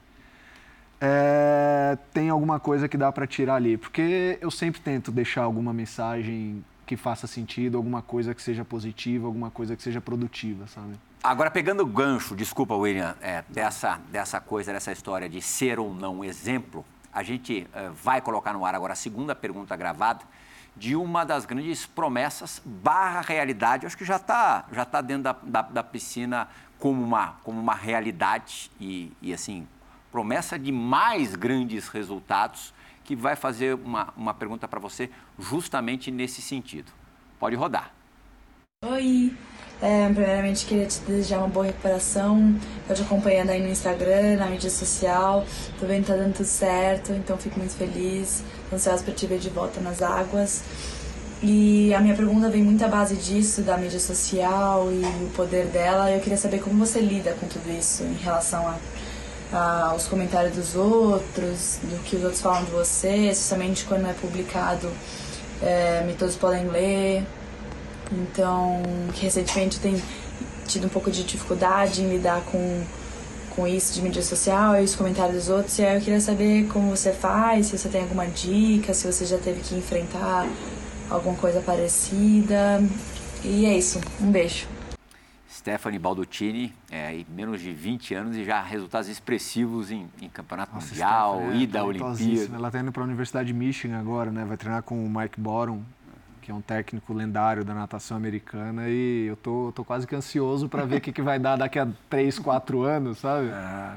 é, tem alguma coisa que dá para tirar ali. Porque eu sempre tento deixar alguma mensagem que faça sentido, alguma coisa que seja positiva, alguma coisa que seja produtiva, sabe? Agora, pegando o gancho, desculpa, William, é, dessa, dessa coisa, dessa história de ser ou não exemplo, a gente é, vai colocar no ar agora a segunda pergunta gravada de uma das grandes promessas barra realidade. Eu acho que já está já tá dentro da, da, da piscina como uma, como uma realidade e, e, assim, promessa de mais grandes resultados, que vai fazer uma, uma pergunta para você justamente nesse sentido. Pode rodar. Oi! É, primeiramente, queria te desejar uma boa recuperação. Estou te acompanhando aí no Instagram, na mídia social. Tô vendo que tá dando tudo certo, então fico muito feliz. Tô ansiosa para te ver de volta nas águas. E a minha pergunta vem muito à base disso, da mídia social e o poder dela. Eu queria saber como você lida com tudo isso em relação a, a, aos comentários dos outros, do que os outros falam de você, especialmente quando é publicado, é, me todos podem ler. Então, recentemente eu tenho tido um pouco de dificuldade em lidar com, com isso de mídia social e os comentários dos outros. E aí eu queria saber como você faz, se você tem alguma dica, se você já teve que enfrentar alguma coisa parecida. E é isso. Um beijo. Stephanie Balducini, é, em menos de vinte anos e já resultados expressivos em, em campeonato Nossa, mundial Stephanie, e é, da Olimpíada. Ela está indo para a Universidade de Michigan agora, né? Vai treinar com o Mike Boron, que é um técnico lendário da natação americana, e eu tô, tô quase que ansioso para ver o que, que vai dar daqui a três, quatro anos, sabe? É.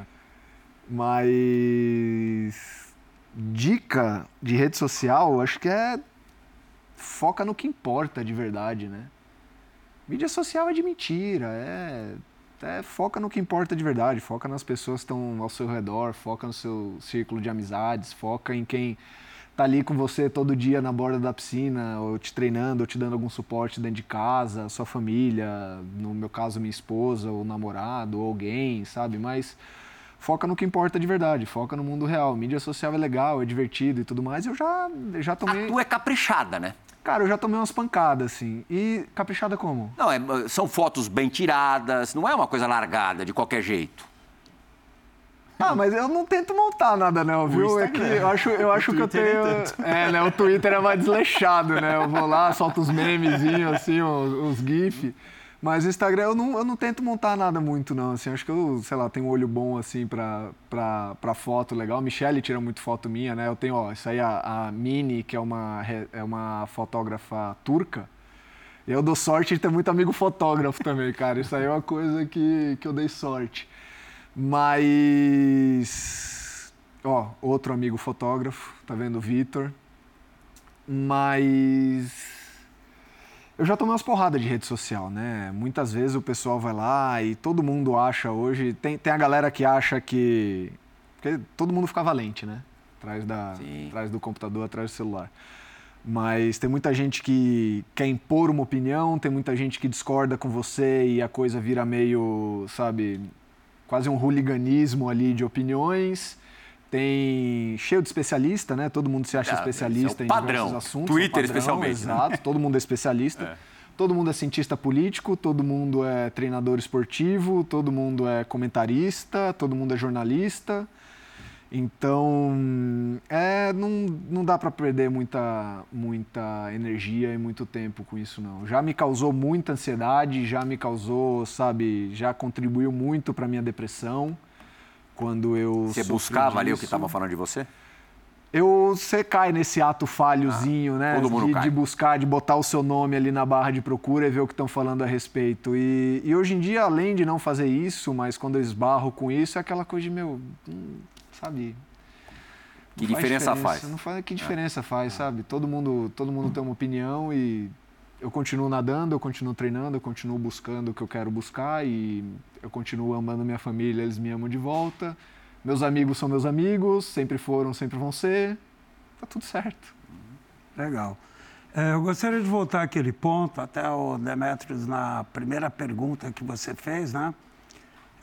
Mas dica de rede social, acho que é foca no que importa de verdade, né? Mídia social é de mentira, é, é foca no que importa de verdade, foca nas pessoas que estão ao seu redor, foca no seu círculo de amizades, foca em quem tá ali com você todo dia na borda da piscina, ou te treinando, ou te dando algum suporte dentro de casa, sua família, no meu caso minha esposa, ou namorado, ou alguém, sabe? Mas foca no que importa de verdade, foca no mundo real. Mídia social é legal, é divertido e tudo mais. Eu já, já tomei... A tua é caprichada, né? Cara, eu já tomei umas pancadas, assim. E caprichada como? Não, é, são fotos bem tiradas, não é uma coisa largada de qualquer jeito. Ah, mas eu não tento montar nada, não, viu? É que eu acho, eu acho que eu tenho... É, né? O Twitter é mais desleixado, né? Eu vou lá, solto os memezinhos, assim, os, os GIF. Mas o Instagram eu não, eu não tento montar nada muito, não. Assim, acho que eu, sei lá, tenho um olho bom, assim, pra, pra, pra foto legal. A Michelle tira muito foto minha, né? Eu tenho, ó, isso aí, a, a Mini, que é uma, é uma fotógrafa turca. Eu dou sorte de ter muito amigo fotógrafo também, cara. Isso aí é uma coisa que, que eu dei sorte. Mas, ó, outro amigo fotógrafo, tá vendo? O Vitor. Mas eu já tomei umas porradas de rede social, né? Muitas vezes o pessoal vai lá e todo mundo acha hoje... Tem, tem a galera que acha que... Porque todo mundo fica valente, né? Atrás, da, atrás do computador, atrás do celular. Mas tem muita gente que quer impor uma opinião, tem muita gente que discorda com você e a coisa vira meio, sabe... Quase um hooliganismo ali de opiniões. Tem cheio de especialista, né? Todo mundo se acha é, especialista é em diversos assuntos. Twitter, padrão, especialmente. Exato, né? Todo mundo é especialista. É. Todo mundo é cientista político, todo mundo é treinador esportivo, todo mundo é comentarista, todo mundo é jornalista. Então, é, não, não dá para perder muita, muita energia e muito tempo com isso, não. Já me causou muita ansiedade, já me causou, sabe, já contribuiu muito para minha depressão, quando eu Você buscava ali o que estavam falando de você? Eu, você cai nesse ato falhozinho, ah, né? Todo mundo de, cai. de buscar, de botar o seu nome ali na barra de procura e ver o que estão falando a respeito. E, e hoje em dia, além de não fazer isso, mas quando eu esbarro com isso, é aquela coisa de, meu... Hum, sabe? Que diferença, diferença faz? Não faz? Que diferença é. faz, é. sabe? Todo mundo, todo mundo tem uma opinião e eu continuo nadando, eu continuo treinando, eu continuo buscando o que eu quero buscar e eu continuo amando minha família, eles me amam de volta. Meus amigos são meus amigos, sempre foram, sempre vão ser. Tá tudo certo. Legal. É, eu gostaria de voltar àquele ponto, até o Demetrios, na primeira pergunta que você fez, né?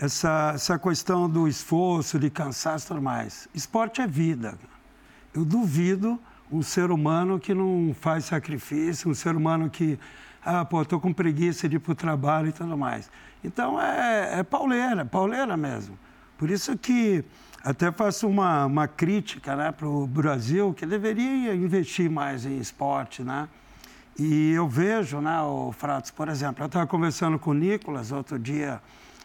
essa, essa questão do esforço, de cansaço e tudo mais. Esporte é vida. Eu duvido um ser humano que não faz sacrifício, um ser humano que, ah, pô, estou com preguiça de ir para o trabalho e tudo mais. Então, é, é pauleira, pauleira mesmo. Por isso que até faço uma, uma crítica, né, para o Brasil, que deveria investir mais em esporte, né? E eu vejo, né, o Fratos, por exemplo, eu estava conversando com o Nicolas outro dia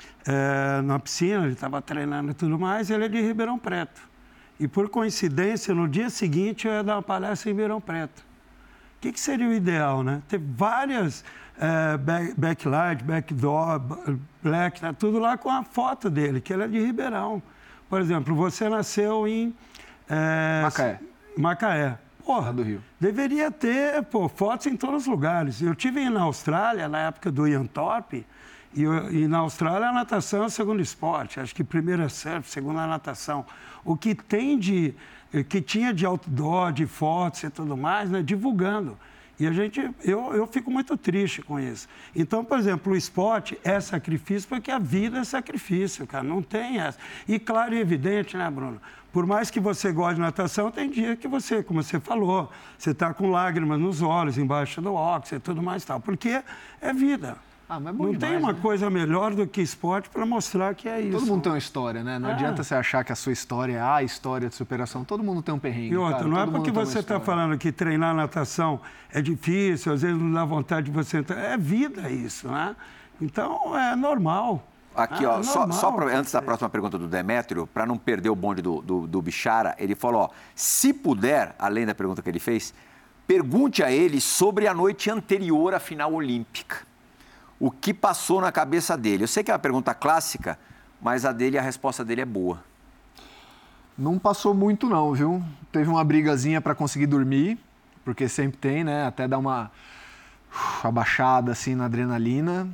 é, na piscina, ele estava treinando e tudo mais, ele é de Ribeirão Preto. E, por coincidência, no dia seguinte eu ia dar uma palestra em Ribeirão Preto. O que, que seria o ideal, né? Ter várias é, back, backlight, backdoor, black, né? Tudo lá com a foto dele, que ele é de Ribeirão. Por exemplo, você nasceu em... É, Macaé. Macaé. Porra, do Rio. Deveria ter, pô, fotos em todos os lugares. Eu estive na Austrália, na época do Ian Thorpe, e, e na Austrália a natação é o segundo esporte. Acho que primeiro é surf, segundo é natação. O que tem de... que tinha de outdoor, de fotos e tudo mais, né, divulgando. E a gente, eu, eu fico muito triste com isso. Então, por exemplo, o esporte é sacrifício porque a vida é sacrifício, cara, não tem essa. E claro e evidente, né, Bruno? Por mais que você goste de natação, tem dia que você, como você falou, você está com lágrimas nos olhos, embaixo do óxido e tudo mais e tal, porque é vida. Ah, mas é bom não demais, tem uma né? coisa melhor do que esporte para mostrar que é isso. Todo mundo tem uma história, né? Não É. adianta você achar que a sua história é a história de superação. Todo mundo tem um perrengue, E outra, cara. não é Todo mundo porque tem uma você está história. falando que treinar natação é difícil, às vezes não dá vontade de você entrar. É vida isso, né? Então, é normal. Aqui, É ó, só, normal só pra, antes da acontecer. próxima pergunta do Demétrio, para não perder o bonde do, do, do Bichara, ele falou, ó, se puder, além da pergunta que ele fez, pergunte a ele sobre a noite anterior à final olímpica. O que passou na cabeça dele? Eu sei que é uma pergunta clássica, mas a dele, a resposta dele é boa. Não passou muito não, viu? Teve uma brigazinha para conseguir dormir, porque sempre tem, né? Até dar uma uf, abaixada assim na adrenalina.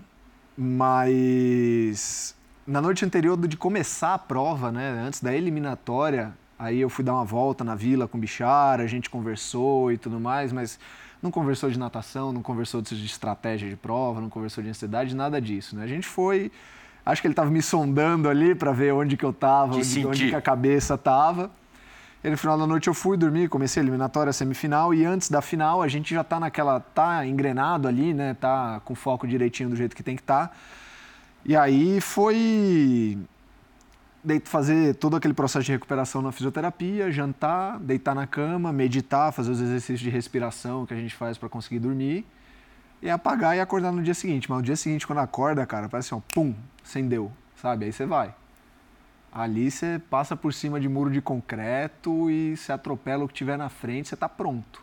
Mas na noite anterior de começar a prova, né? Antes da eliminatória, aí eu fui dar uma volta na vila com o Bichara, a gente conversou e tudo mais, mas não conversou de natação, não conversou de estratégia de prova, não conversou de ansiedade, nada disso, né? A gente foi... Acho que ele estava me sondando ali para ver onde que eu estava, onde, onde que a cabeça estava. E no final da noite eu fui dormir, comecei a eliminatória, a semifinal, e antes da final a gente já está naquela... tá engrenado ali, né? Tá com foco direitinho do jeito que tem que estar. Tá. E aí foi... fazer todo aquele processo de recuperação na fisioterapia, jantar, deitar na cama, meditar, fazer os exercícios de respiração que a gente faz para conseguir dormir e apagar e acordar no dia seguinte. Mas no dia seguinte, quando acorda, cara, parece assim, ó, pum, acendeu, sabe? Aí você vai. Ali você passa por cima de muro de concreto e você atropela o que tiver na frente, você está pronto.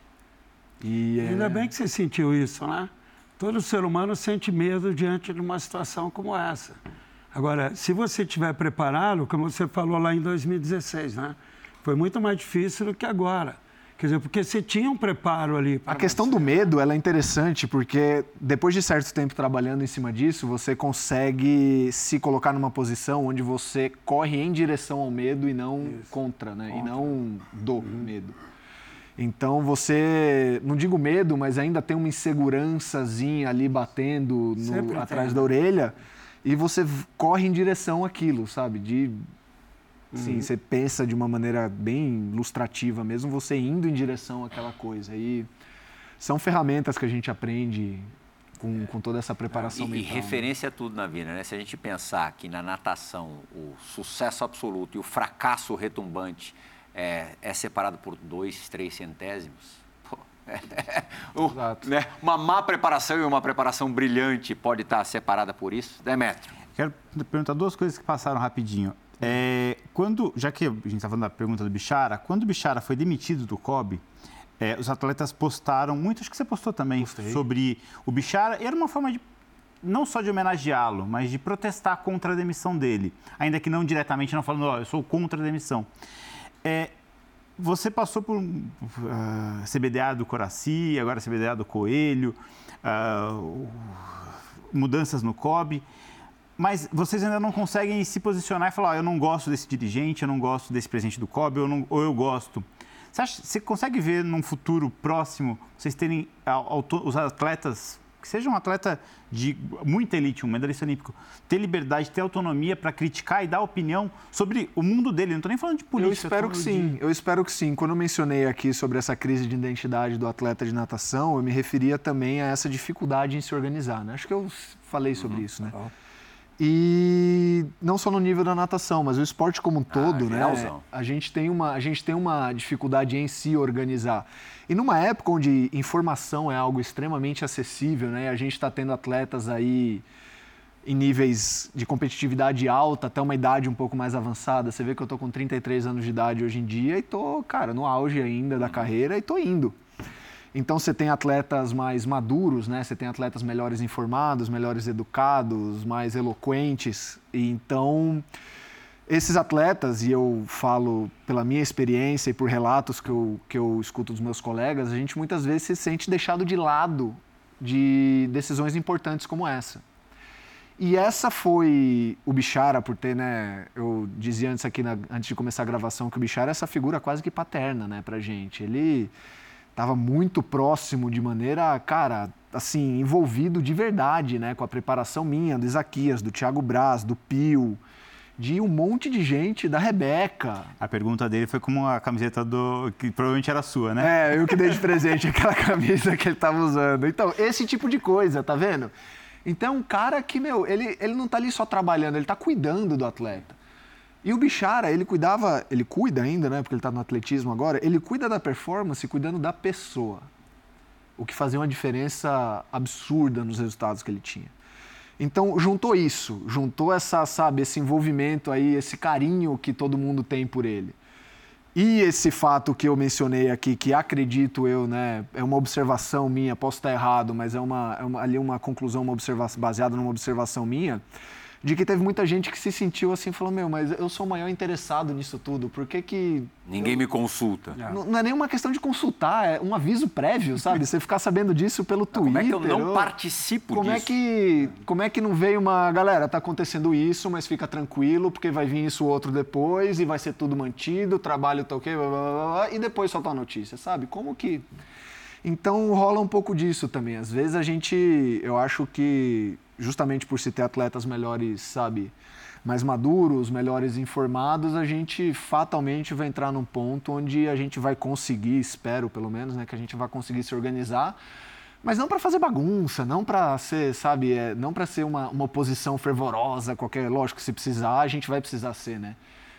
E Ainda é... bem que você sentiu isso, né? Todo ser humano sente medo diante de uma situação como essa. Agora, se você estiver preparado, como você falou lá em dois mil e dezesseis, né? Foi muito mais difícil do que agora. Quer dizer, porque você tinha um preparo ali. A questão você. do medo, ela é interessante, porque depois de certo tempo trabalhando em cima disso, você consegue se colocar numa posição onde você corre em direção ao medo e não Isso. contra, né? Contra. E não do uhum. medo. Então você, não digo medo, mas ainda tem uma insegurançazinha ali batendo no, atrás tem. da orelha. E você corre em direção àquilo, sabe? De, assim, uhum. Você pensa de uma maneira bem ilustrativa mesmo, você indo em direção àquela coisa. E são ferramentas que a gente aprende com, com toda essa preparação e, mental. E referência a tudo na vida, né? Se a gente pensar que na natação o sucesso absoluto e o fracasso retumbante é, é separado por dois, três centésimos... É, o, né? Uma má preparação e uma preparação brilhante pode estar separada por isso? Demétrio. Quero perguntar duas coisas que passaram rapidinho. É, quando, já que a gente está falando da pergunta do Bichara, quando o Bichara foi demitido do C O B, é, os atletas postaram muito, acho que você postou também, Postei. sobre o Bichara. Era uma forma de, não só de homenageá-lo, mas de protestar contra a demissão dele. Ainda que não diretamente, não falando, ó, eu sou contra a demissão. É, Você passou por uh, C B D A do Coraci, agora C B D A do Coelho, uh, mudanças no C O B, mas vocês ainda não conseguem se posicionar e falar, oh, eu não gosto desse dirigente, eu não gosto desse presidente do C O B, ou, não, ou eu gosto. Você, acha, você consegue ver num futuro próximo vocês terem, os atletas que seja um atleta de muita elite, um medalhista olímpico, ter liberdade, ter autonomia para criticar e dar opinião sobre o mundo dele. Não estou nem falando de política. Eu espero que sim, de... eu espero que sim. Quando eu mencionei aqui sobre essa crise de identidade do atleta de natação, eu me referia também a essa dificuldade em se organizar, né? Acho que eu falei sobre uhum. isso, né? Uhum. E não só no nível da natação, mas o esporte como um todo, ah, né? A gente tem uma, a gente tem uma dificuldade em se organizar. E numa época onde informação é algo extremamente acessível, né? A gente está tendo atletas aí em níveis de competitividade alta, até uma idade um pouco mais avançada. Você vê que eu tô com trinta e três anos de idade hoje em dia e tô, cara, no auge ainda da carreira e tô indo. Então, você tem atletas mais maduros, né? Você tem atletas melhores informados, melhores educados, mais eloquentes. E então, esses atletas, e eu falo pela minha experiência e por relatos que eu, que eu escuto dos meus colegas, a gente muitas vezes se sente deixado de lado de decisões importantes como essa. E essa foi o Bichara, por ter, né? Eu dizia antes aqui, na, antes de começar a gravação, que o Bichara é essa figura quase que paterna, né, pra gente. Ele... estava muito próximo de maneira, cara, assim, envolvido de verdade, né? Com a preparação minha, do Isaquias, do Thiago Braz, do Pio, de um monte de gente, da Rebeca. A pergunta dele foi como a camiseta do... que provavelmente era sua, né? É, eu que dei de presente aquela camisa que ele estava usando. Então, esse tipo de coisa, tá vendo? Então, um cara que, meu, ele, ele não tá ali só trabalhando, ele tá cuidando do atleta. E o Bichara, ele cuidava, ele cuida ainda, né, porque ele está no atletismo agora, ele cuida da performance cuidando da pessoa. O que fazia uma diferença absurda nos resultados que ele tinha. Então, juntou isso, juntou essa, sabe, esse envolvimento aí, esse carinho que todo mundo tem por ele. E esse fato que eu mencionei aqui, que acredito eu, né, é uma observação minha, posso estar errado, mas é, uma, é uma, ali uma conclusão, uma observação, baseada numa observação minha, de que teve muita gente que se sentiu assim, falou, meu, mas eu sou o maior interessado nisso tudo, por que que... Ninguém eu... me consulta. Não, não é nem uma questão de consultar, é um aviso prévio, sabe? Você ficar sabendo disso pelo Twitter. Como é que eu não eu... participo como disso? É que... Como é que não veio uma... Galera, tá acontecendo isso, mas fica tranquilo, porque vai vir isso outro depois e vai ser tudo mantido, trabalho tá ok, blá, blá, blá, blá, e depois soltar a notícia, sabe? Como que... Então rola um pouco disso também. Às vezes a gente... Eu acho que... justamente por se ter atletas melhores, sabe, mais maduros, melhores informados, a gente fatalmente vai entrar num ponto onde a gente vai conseguir, espero pelo menos, né, que a gente vai conseguir se organizar, mas não para fazer bagunça, não para ser, sabe, é, não para ser uma, uma oposição fervorosa, qualquer, lógico, se precisar, a gente vai precisar ser, né?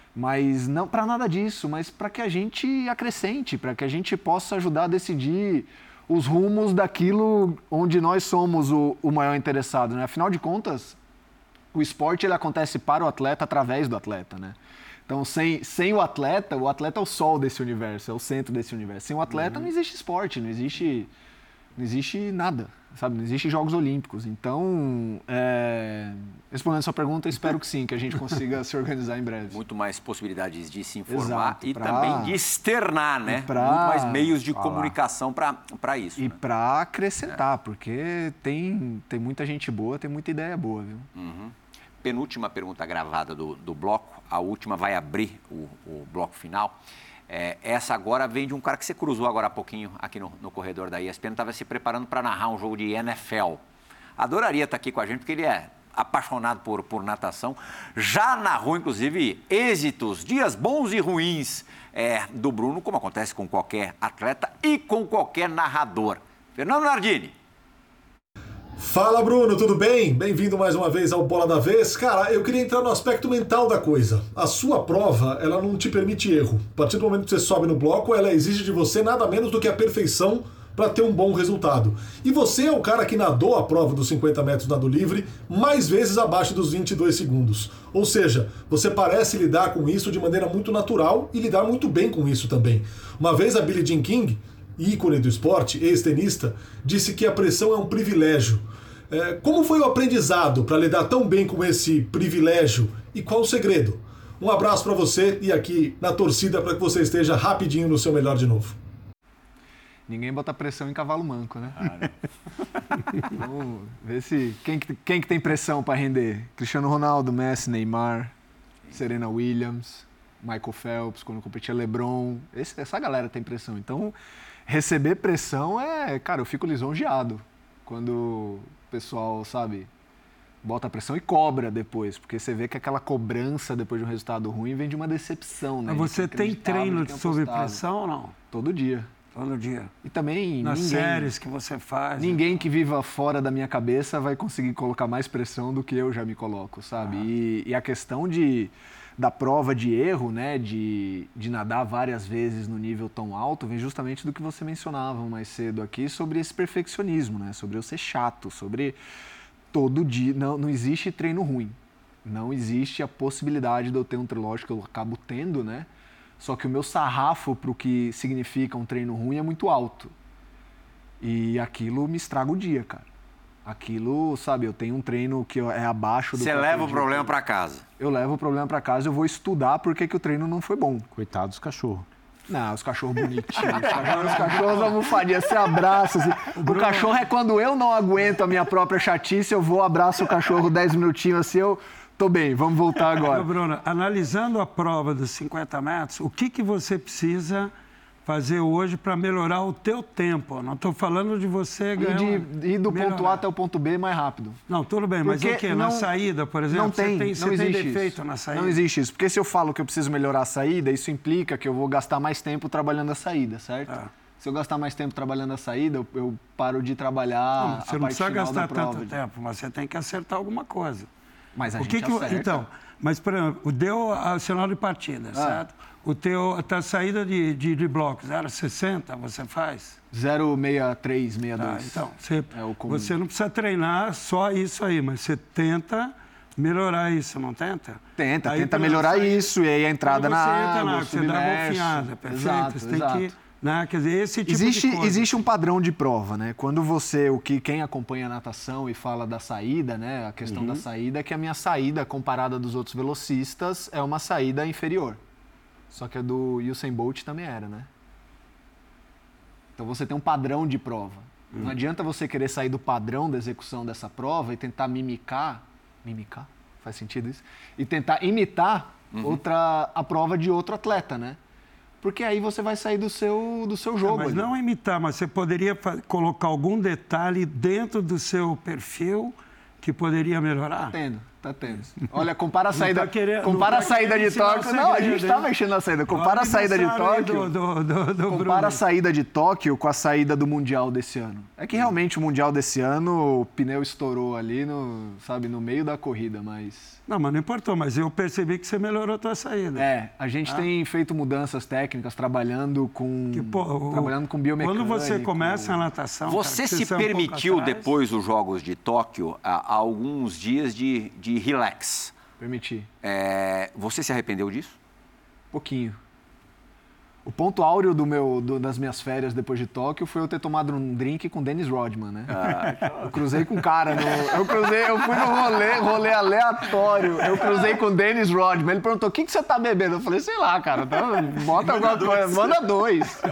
Mas não para nada disso, mas para que a gente acrescente, para que a gente possa ajudar a decidir os rumos daquilo onde nós somos o, o maior interessado, né? Afinal de contas, o esporte ele acontece para o atleta através do atleta, né? Então, sem, sem o atleta, o atleta é o sol desse universo, é o centro desse universo. Sem o atleta uhum. não existe esporte, não existe, não existe nada, sabe? Não existe Jogos Olímpicos. Então, é... respondendo a sua pergunta, espero que sim, que a gente consiga se organizar em breve. Muito mais possibilidades de se informar. Exato, e pra... também de externar, né? Pra... Muito mais meios de falar. Comunicação para isso. E né? para acrescentar, é. porque tem, tem muita gente boa, tem muita ideia boa, viu? Uhum. Penúltima pergunta gravada do, do bloco, a última vai abrir o, o bloco final. É, essa agora vem de um cara que você cruzou agora há pouquinho aqui no, no corredor da E S P N, estava se preparando para narrar um jogo de N F L. Adoraria estar aqui com a gente, porque ele é apaixonado por, por natação. Já narrou, inclusive, êxitos, dias bons e ruins é, do Bruno, como acontece com qualquer atleta e com qualquer narrador. Fernando Nardini. Fala, Bruno, tudo bem? Bem-vindo mais uma vez ao Bola da Vez. Cara, eu queria entrar no aspecto mental da coisa. A sua prova, ela não te permite erro. A partir do momento que você sobe no bloco, ela exige de você nada menos do que a perfeição para ter um bom resultado. E você é o cara que nadou a prova dos cinquenta metros nado livre mais vezes abaixo dos vinte e dois segundos. Ou seja, você parece lidar com isso de maneira muito natural e lidar muito bem com isso também. Uma vez a Billie Jean King, ícone do esporte, ex-tenista, disse que a pressão é um privilégio. É, como foi o aprendizado para lidar tão bem com esse privilégio e qual o segredo? Um abraço para você e aqui na torcida para que você esteja rapidinho no seu melhor de novo. Ninguém bota pressão em cavalo manco, né? Ah, vamos ver se quem, quem que tem pressão para render? Cristiano Ronaldo, Messi, Neymar, Serena Williams, Michael Phelps, quando competia LeBron. Esse, essa galera tem pressão. Então, receber pressão é... Cara, eu fico lisonjeado quando o pessoal, sabe, bota a pressão e cobra depois, porque você vê que aquela cobrança depois de um resultado ruim vem de uma decepção, né? Mas você tem treino sob pressão ou não? Todo dia. Todo dia. E também nas ninguém, séries que você faz. Ninguém que viva fora da minha cabeça vai conseguir colocar mais pressão do que eu já me coloco, sabe? Ah. E, e a questão de, da prova de erro, né, de, de nadar várias vezes no nível tão alto, vem justamente do que você mencionava mais cedo aqui sobre esse perfeccionismo, né? Sobre eu ser chato, sobre todo dia. Não, não existe treino ruim. Não existe a possibilidade de eu ter um treino, lógico que eu acabo tendo, né? Só que o meu sarrafo para o que significa um treino ruim é muito alto. E aquilo me estraga o dia, cara. Aquilo, sabe, eu tenho um treino que é abaixo do... Você leva o problema para casa. Eu levo o problema para casa, eu vou estudar por que que o treino não foi bom. Coitado dos cachorros. Não, os cachorros bonitinhos. Os cachorros, os cachorros almofadinhas, você abraça. Assim. O cachorro é quando eu não aguento a minha própria chatice, eu vou, abraço o cachorro dez minutinhos assim, eu... Tô bem, vamos voltar agora. Bruno, analisando a prova dos cinquenta metros, o que, que você precisa fazer hoje para melhorar o teu tempo? Não estou falando de você ganhar... E, de, e do melhorar. Ponto A até o ponto B mais rápido. Não, tudo bem, porque mas o quê? Não, na saída, por exemplo? Não tem, você tem, não você existe tem defeito isso. na saída? Não existe isso, porque se eu falo que eu preciso melhorar a saída, isso implica que eu vou gastar mais tempo trabalhando a saída, certo? Ah. Se eu gastar mais tempo trabalhando a saída, eu, eu paro de trabalhar não, você a não precisa gastar tanto de... tempo, mas você tem que acertar alguma coisa. Mas a o gente que acerta. Que, então, mas, por exemplo, deu o sinal de partida, ah. certo? O teu, a tua saída de, de, de bloco, zero vírgula sessenta, você faz? zero vírgula sessenta e três, sessenta e dois. Ah, então, você, é o você não precisa treinar só isso aí, mas você tenta melhorar isso, não tenta? Tenta, aí, tenta melhorar sair, isso, e aí a entrada na água, na água, você dá uma confiança, perfeito? Exato, você tem exato. que... Né? Quer dizer, esse tipo existe, de coisa. Existe um padrão de prova, né? Quando você, o que quem acompanha a natação e fala da saída, né? A questão uhum. da saída é que a minha saída, comparada dos outros velocistas, é uma saída inferior. Só que a do Usain Bolt também era, né? Então você tem um padrão de prova. Uhum. Não adianta você querer sair do padrão da execução dessa prova e tentar mimicar, mimicar? Faz sentido isso? E tentar imitar uhum. outra, a prova de outro atleta, né? Porque aí você vai sair do seu, do seu jogo. É, mas ali. Não imitar, mas você poderia colocar algum detalhe dentro do seu perfil que poderia melhorar? Tá tendo, tá tendo. Olha, compara a saída, tá querendo, compara tá a saída de Tóquio. Não, a gente tá mexendo na saída. Compara a saída de Tóquio. Do, do, do compara Bruno. a saída de Tóquio com a saída do Mundial desse ano. É que realmente o Mundial desse ano, o pneu estourou ali, no, sabe, no meio da corrida, mas... Não, mas não importou, mas eu percebi que você melhorou a tua saída. É, a gente ah. tem feito mudanças técnicas, trabalhando com, que, pô, trabalhando com biomecânica. Quando você começa a natação... Você cara, se permitiu, um depois dos Jogos de Tóquio, a, a alguns dias de, de relax. Permiti. É, você se arrependeu disso? Pouquinho. O ponto áureo do meu, do, das minhas férias depois de Tóquio foi eu ter tomado um drink com Dennis Rodman, né? Ah, eu cruzei com um cara, no, eu cruzei, eu fui no rolê, rolê aleatório, eu cruzei com Dennis Rodman, ele perguntou, o que, que você tá bebendo? Eu falei, sei lá, cara, tá, bota alguma coisa, manda dois.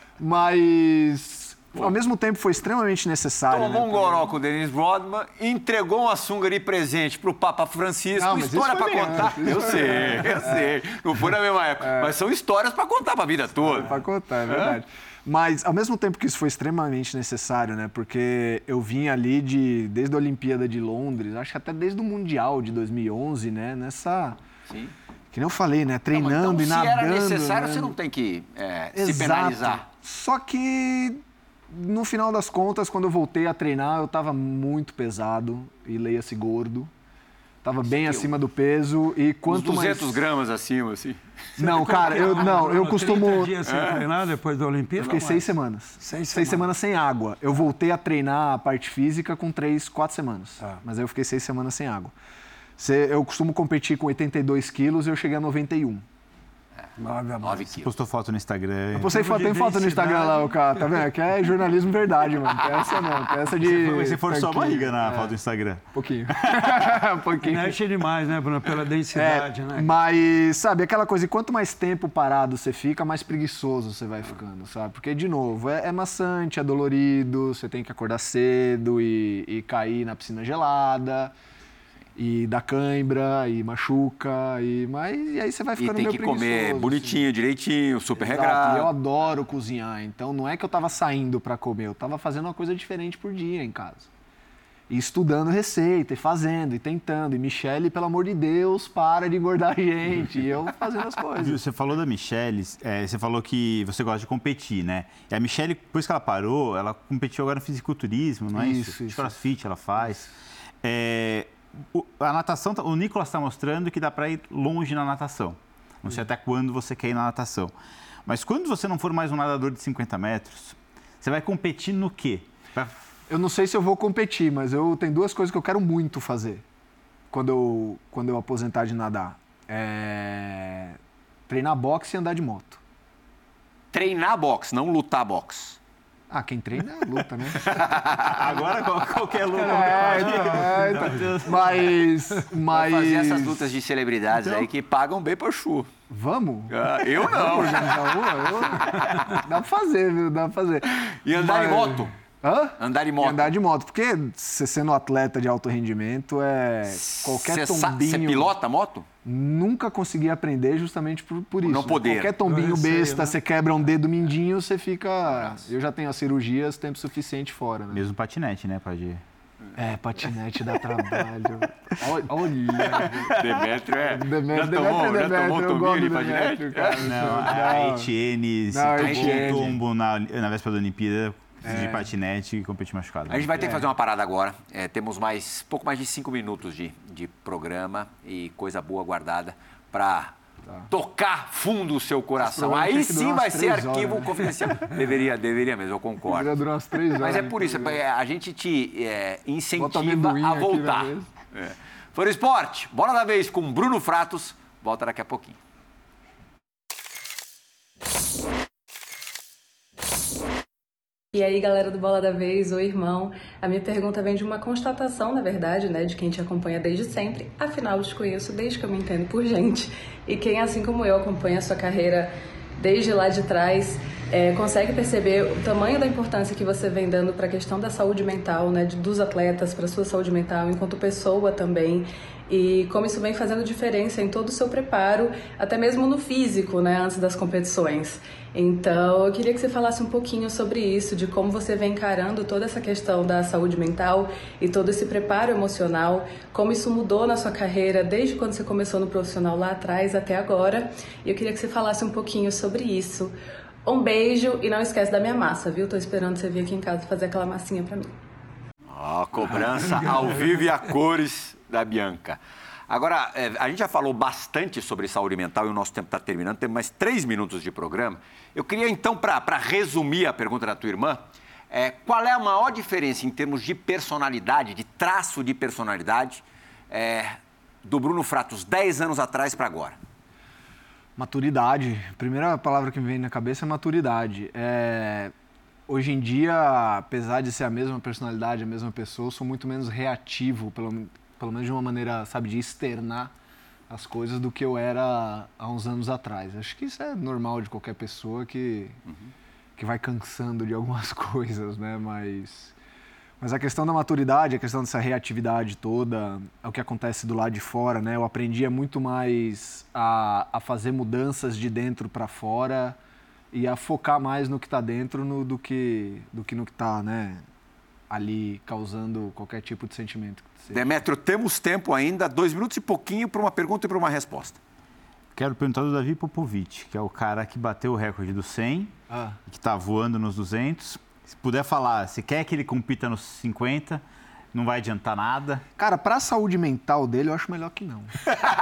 Mas... Ao mesmo tempo, foi extremamente necessário. Tomou né? um goró com o Dennis Rodman, entregou uma sunga de presente pro Papa Francisco. Não, história para contar. Antes, eu sei, eu sei. Não foi na mesma época. É. Mas são histórias para contar para a vida toda. Para contar, é verdade. É? Mas, ao mesmo tempo que isso foi extremamente necessário, né? Porque eu vim ali de, desde a Olimpíada de Londres, acho que até desde o Mundial de dois mil e onze, né? Nessa... Sim. Que nem eu falei, né? Treinando não, então, e nadando. Se era necessário, né? Você não tem que é, se penalizar. Só que... No final das contas, quando eu voltei a treinar, eu estava muito pesado e leia-se gordo. Estava bem Sim, acima do peso e quanto uns duzentos mais... gramas acima, assim. Você não, cara, eu não, eu costumo... trinta dias sem é. treinar depois da Olimpíada? Eu fiquei seis semanas. Seis, seis semanas. semanas sem água. Eu voltei a treinar a parte física com três, quatro semanas. Ah. Mas aí eu fiquei seis semanas sem água. Eu costumo competir com oitenta e dois quilos e eu cheguei a noventa e um. nove quilos. Postou foto no Instagram. Eu postei foto, tem foto no Instagram lá, o cara, tá vendo? Que é jornalismo verdade, mano. Tem essa não, tem essa de... Você forçou a barriga na é. foto do Instagram. Um pouquinho. um pouquinho. Mexe demais, né, Bruno? Pela densidade, é, né? Mas, sabe, aquela coisa, e quanto mais tempo parado você fica, mais preguiçoso você vai ficando, sabe? Porque, de novo, é, é maçante, é dolorido, você tem que acordar cedo e, e cair na piscina gelada... E dá cãibra, e machuca, e, mas, e aí você vai ficando meio meio preguiçoso. E tem que comer bonitinho, assim. direitinho, super Exato. regrado. E eu adoro cozinhar, então não é que eu tava saindo para comer, eu tava fazendo uma coisa diferente por dia em casa. E estudando receita, e fazendo, e tentando. E Michele, pelo amor de Deus, para de engordar a gente. E eu fazendo as coisas. Você falou da Michele, é, você falou que você gosta de competir, né? E a Michele, depois que ela parou, ela competiu agora no fisiculturismo, não é isso? Isso, isso. Crossfit ela faz. É, o, a natação, o Nicolas está mostrando que dá para ir longe na natação. Não sei até quando você quer ir na natação. Mas quando você não for mais um nadador de cinquenta metros, você vai competir no quê? Vai... Eu não sei se eu vou competir, mas eu tenho duas coisas que eu quero muito fazer quando eu, quando eu aposentar de nadar. É... Treinar boxe e andar de moto. Treinar boxe, não lutar boxe. Ah, quem treina luta, né? Agora qualquer luta. É, é, então, mas, mas... Vou fazer essas lutas de celebridades então... aí que pagam bem pra chu. Vamos? Ah, eu não. eu... Dá pra fazer, viu? Dá pra fazer. E andar mas... de moto? Hã? Andar de moto. E andar de moto, porque você sendo atleta de alto rendimento é qualquer cê tombinho... Você pilota a moto? Nunca consegui aprender justamente por, por isso. Não poder. Qualquer tombinho receio, besta, você né? quebra um dedo mindinho, você fica... Eu já tenho as cirurgias, tempo suficiente fora, né? Mesmo patinete, né, pode ir. É, patinete dá trabalho. Olha... Demétrio é... Demétrio, já tomou, Demétrio, já tomou eu tombinho gosto de do patinete? Demétrio, cara. Não, a Etienne Não, a tomou Etienne. um tombo na, na véspera da Olimpíada de É. patinete e competiu machucado. A gente vai ter que fazer uma parada agora. É, temos mais pouco mais de cinco minutos de, de programa e coisa boa guardada para tocar fundo o seu coração. programa Aí tinha que durar sim umas vai ser três arquivo horas, né? confidencial. Deveria, deveria mesmo, eu concordo. Deveria durar umas três horas. Mas é por isso, é, a gente te é, incentiva amendoim a aqui voltar. na mesa. É. Fora Esporte, bola da vez com Bruno Fratos. Volta daqui a pouquinho. E aí, galera do Bola da Vez, oi, irmão. A minha pergunta vem de uma constatação, na verdade, né, de quem te acompanha desde sempre. Afinal, eu te conheço desde que eu me entendo por gente. E quem, assim como eu, acompanha a sua carreira desde lá de trás, é, consegue perceber o tamanho da importância que você vem dando para a questão da saúde mental, né, de, dos atletas, para a sua saúde mental, enquanto pessoa também. E como isso vem fazendo diferença em todo o seu preparo, até mesmo no físico, né, antes das competições. Então, eu queria que você falasse um pouquinho sobre isso, de como você vem encarando toda essa questão da saúde mental e todo esse preparo emocional, como isso mudou na sua carreira desde quando você começou no profissional lá atrás até agora. E eu queria que você falasse um pouquinho sobre isso. Um beijo e não esquece da minha massa, viu? Tô esperando você vir aqui em casa fazer aquela massinha pra mim. Ó, cobrança ao vivo e a cores da Bianca. Agora, a gente já falou bastante sobre saúde mental e o nosso tempo está terminando, temos mais três minutos de programa. Eu queria, então, para resumir a pergunta da tua irmã, é, qual é a maior diferença em termos de personalidade, de traço de personalidade, é, do Bruno Fratos dez anos atrás para agora? Maturidade. A primeira palavra que me vem na cabeça é maturidade. É... Hoje em dia, apesar de ser a mesma personalidade, a mesma pessoa, eu sou muito menos reativo, pelo, pelo menos de uma maneira, sabe, de externar as coisas do que eu era há uns anos atrás. Acho que isso é normal de qualquer pessoa que, uhum. que vai cansando de algumas coisas, né? Mas, mas a questão da maturidade, a questão dessa reatividade toda, é o que acontece do lado de fora, né? Eu aprendia muito mais a, a fazer mudanças de dentro para fora e a focar mais no que está dentro no, do, que, do que no que está, né, ali causando qualquer tipo de sentimento. Demétrio, temos tempo ainda, dois minutos e pouquinho para uma pergunta e para uma resposta. Quero perguntar do Davi Popovic, que é o cara que bateu o recorde do cem, ah. que está voando nos duzentos. Se puder falar, se quer que ele compita nos cinquenta, não vai adiantar nada. Cara, para a saúde mental dele, eu acho melhor que não.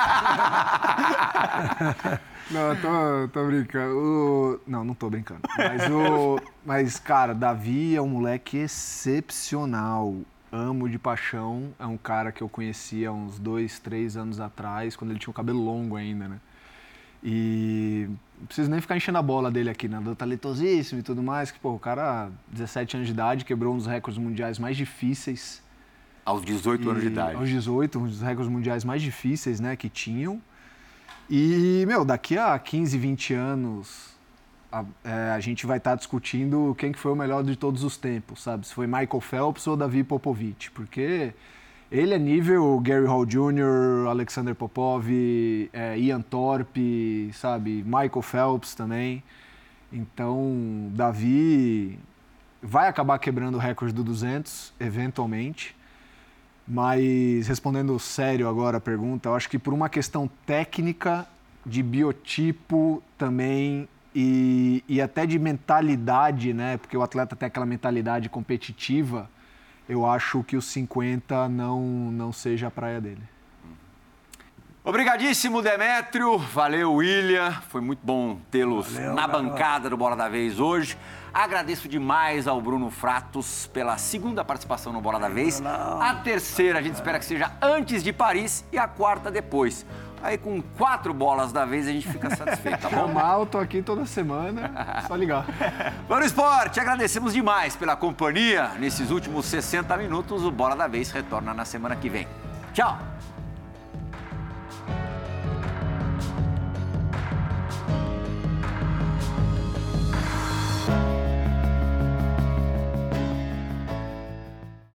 Não, tô, tô brincando. O... Não, não tô brincando. Mas, o... Mas, cara, Davi é um moleque excepcional. Amo de paixão. É um cara que eu conhecia há uns dois, três anos atrás, quando ele tinha o cabelo longo ainda, né? E não preciso nem ficar enchendo a bola dele aqui, né? Talentosíssimo e tudo mais. Que, pô, o cara, dezessete anos de idade, quebrou um dos recordes mundiais mais difíceis. Aos dezoito e... anos de idade. Aos dezoito, um dos recordes mundiais mais difíceis, né, que tinham. E, meu, daqui a quinze, vinte anos, a, é, a gente vai estar discutindo quem que foi o melhor de todos os tempos, sabe? Se foi Michael Phelps ou Davi Popovic, porque Ele é nível Gary Hall Júnior, Alexander Popov, é, Ian Thorpe, sabe? Michael Phelps também. Então, Davi vai acabar quebrando o recorde do duzentos, eventualmente. Mas, respondendo sério agora a pergunta, eu acho que por uma questão técnica, de biotipo também e, e até de mentalidade, né? Porque o atleta tem aquela mentalidade competitiva, eu acho que os cinquenta não, não seja a praia dele. Obrigadíssimo, Demétrio. Valeu, William. Foi muito bom tê-los na bancada do Bola da Vez hoje. Agradeço demais ao Bruno Fratos pela segunda participação no Bola da Vez. A terceira a gente espera que seja antes de Paris e a quarta depois. Aí com quatro bolas da vez a gente fica satisfeito, tá bom? Mal, tô aqui toda semana, só ligar. Vamos no esporte, agradecemos demais pela companhia. Nesses últimos sessenta minutos, o Bola da Vez retorna na semana que vem. Tchau!